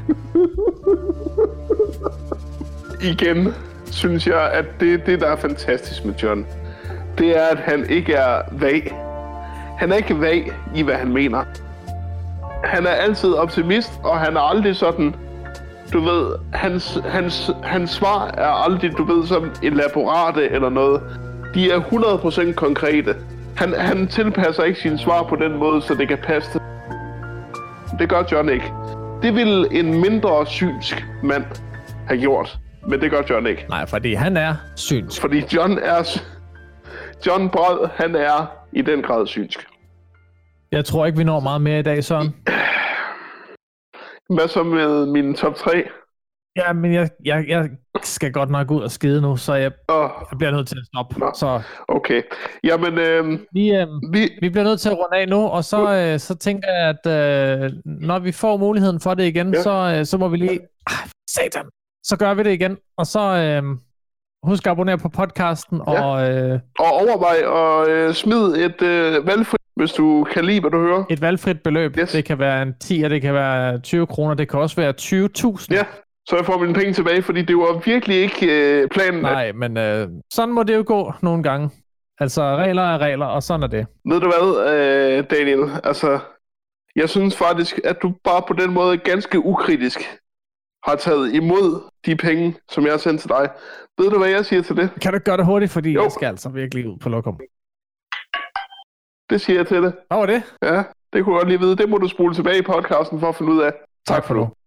Igen synes jeg, at det, der er fantastisk med John, det er, at han ikke er vag. Han er ikke vag i, hvad han mener. Han er altid optimist, og han er aldrig sådan... Du ved, hans svar er aldrig, du ved, som elaborate eller noget. De er 100% konkrete. Han tilpasser ikke sine svar på den måde, så det kan passe. Det gør John ikke. Det ville en mindre synsk mand have gjort, men det gør John ikke. Nej, fordi han er synsk. Fordi John Brød, han er i den grad synsk. Jeg tror ikke, vi når meget mere i dag, Søren. Hvad så med mine top 3? Ja, men jeg skal godt nok ud og skide nu, så jeg bliver nødt til at stoppe. Så okay. Jamen, vi bliver nødt til at runde af nu, og så tænker jeg, at når vi får muligheden for det igen, så må vi lige... Satan! Så gør vi det igen, og så husk at abonnere på podcasten, og overvej at smide et valgfrit, hvis du kan lide, hvad du hører. Et valgfrit beløb. Yes. Det kan være en 10, det kan være 20 kroner, det kan også være 20.000. Ja, så jeg får mine penge tilbage, fordi det var virkelig ikke planen. Nej, men sådan må det jo gå nogle gange. Altså, regler er regler, og sådan er det. Ved du hvad, Daniel? Altså, jeg synes faktisk, at du bare på den måde ganske ukritisk har taget imod de penge, som jeg har sendt til dig. Ved du, hvad jeg siger til det? Kan du gøre det hurtigt, fordi jeg skal altså virkelig ud på lokum. Det siger jeg til det. Hvad var det? Ja, det kunne jeg godt lige vide. Det må du spole tilbage i podcasten for at finde ud af. Tak for nu.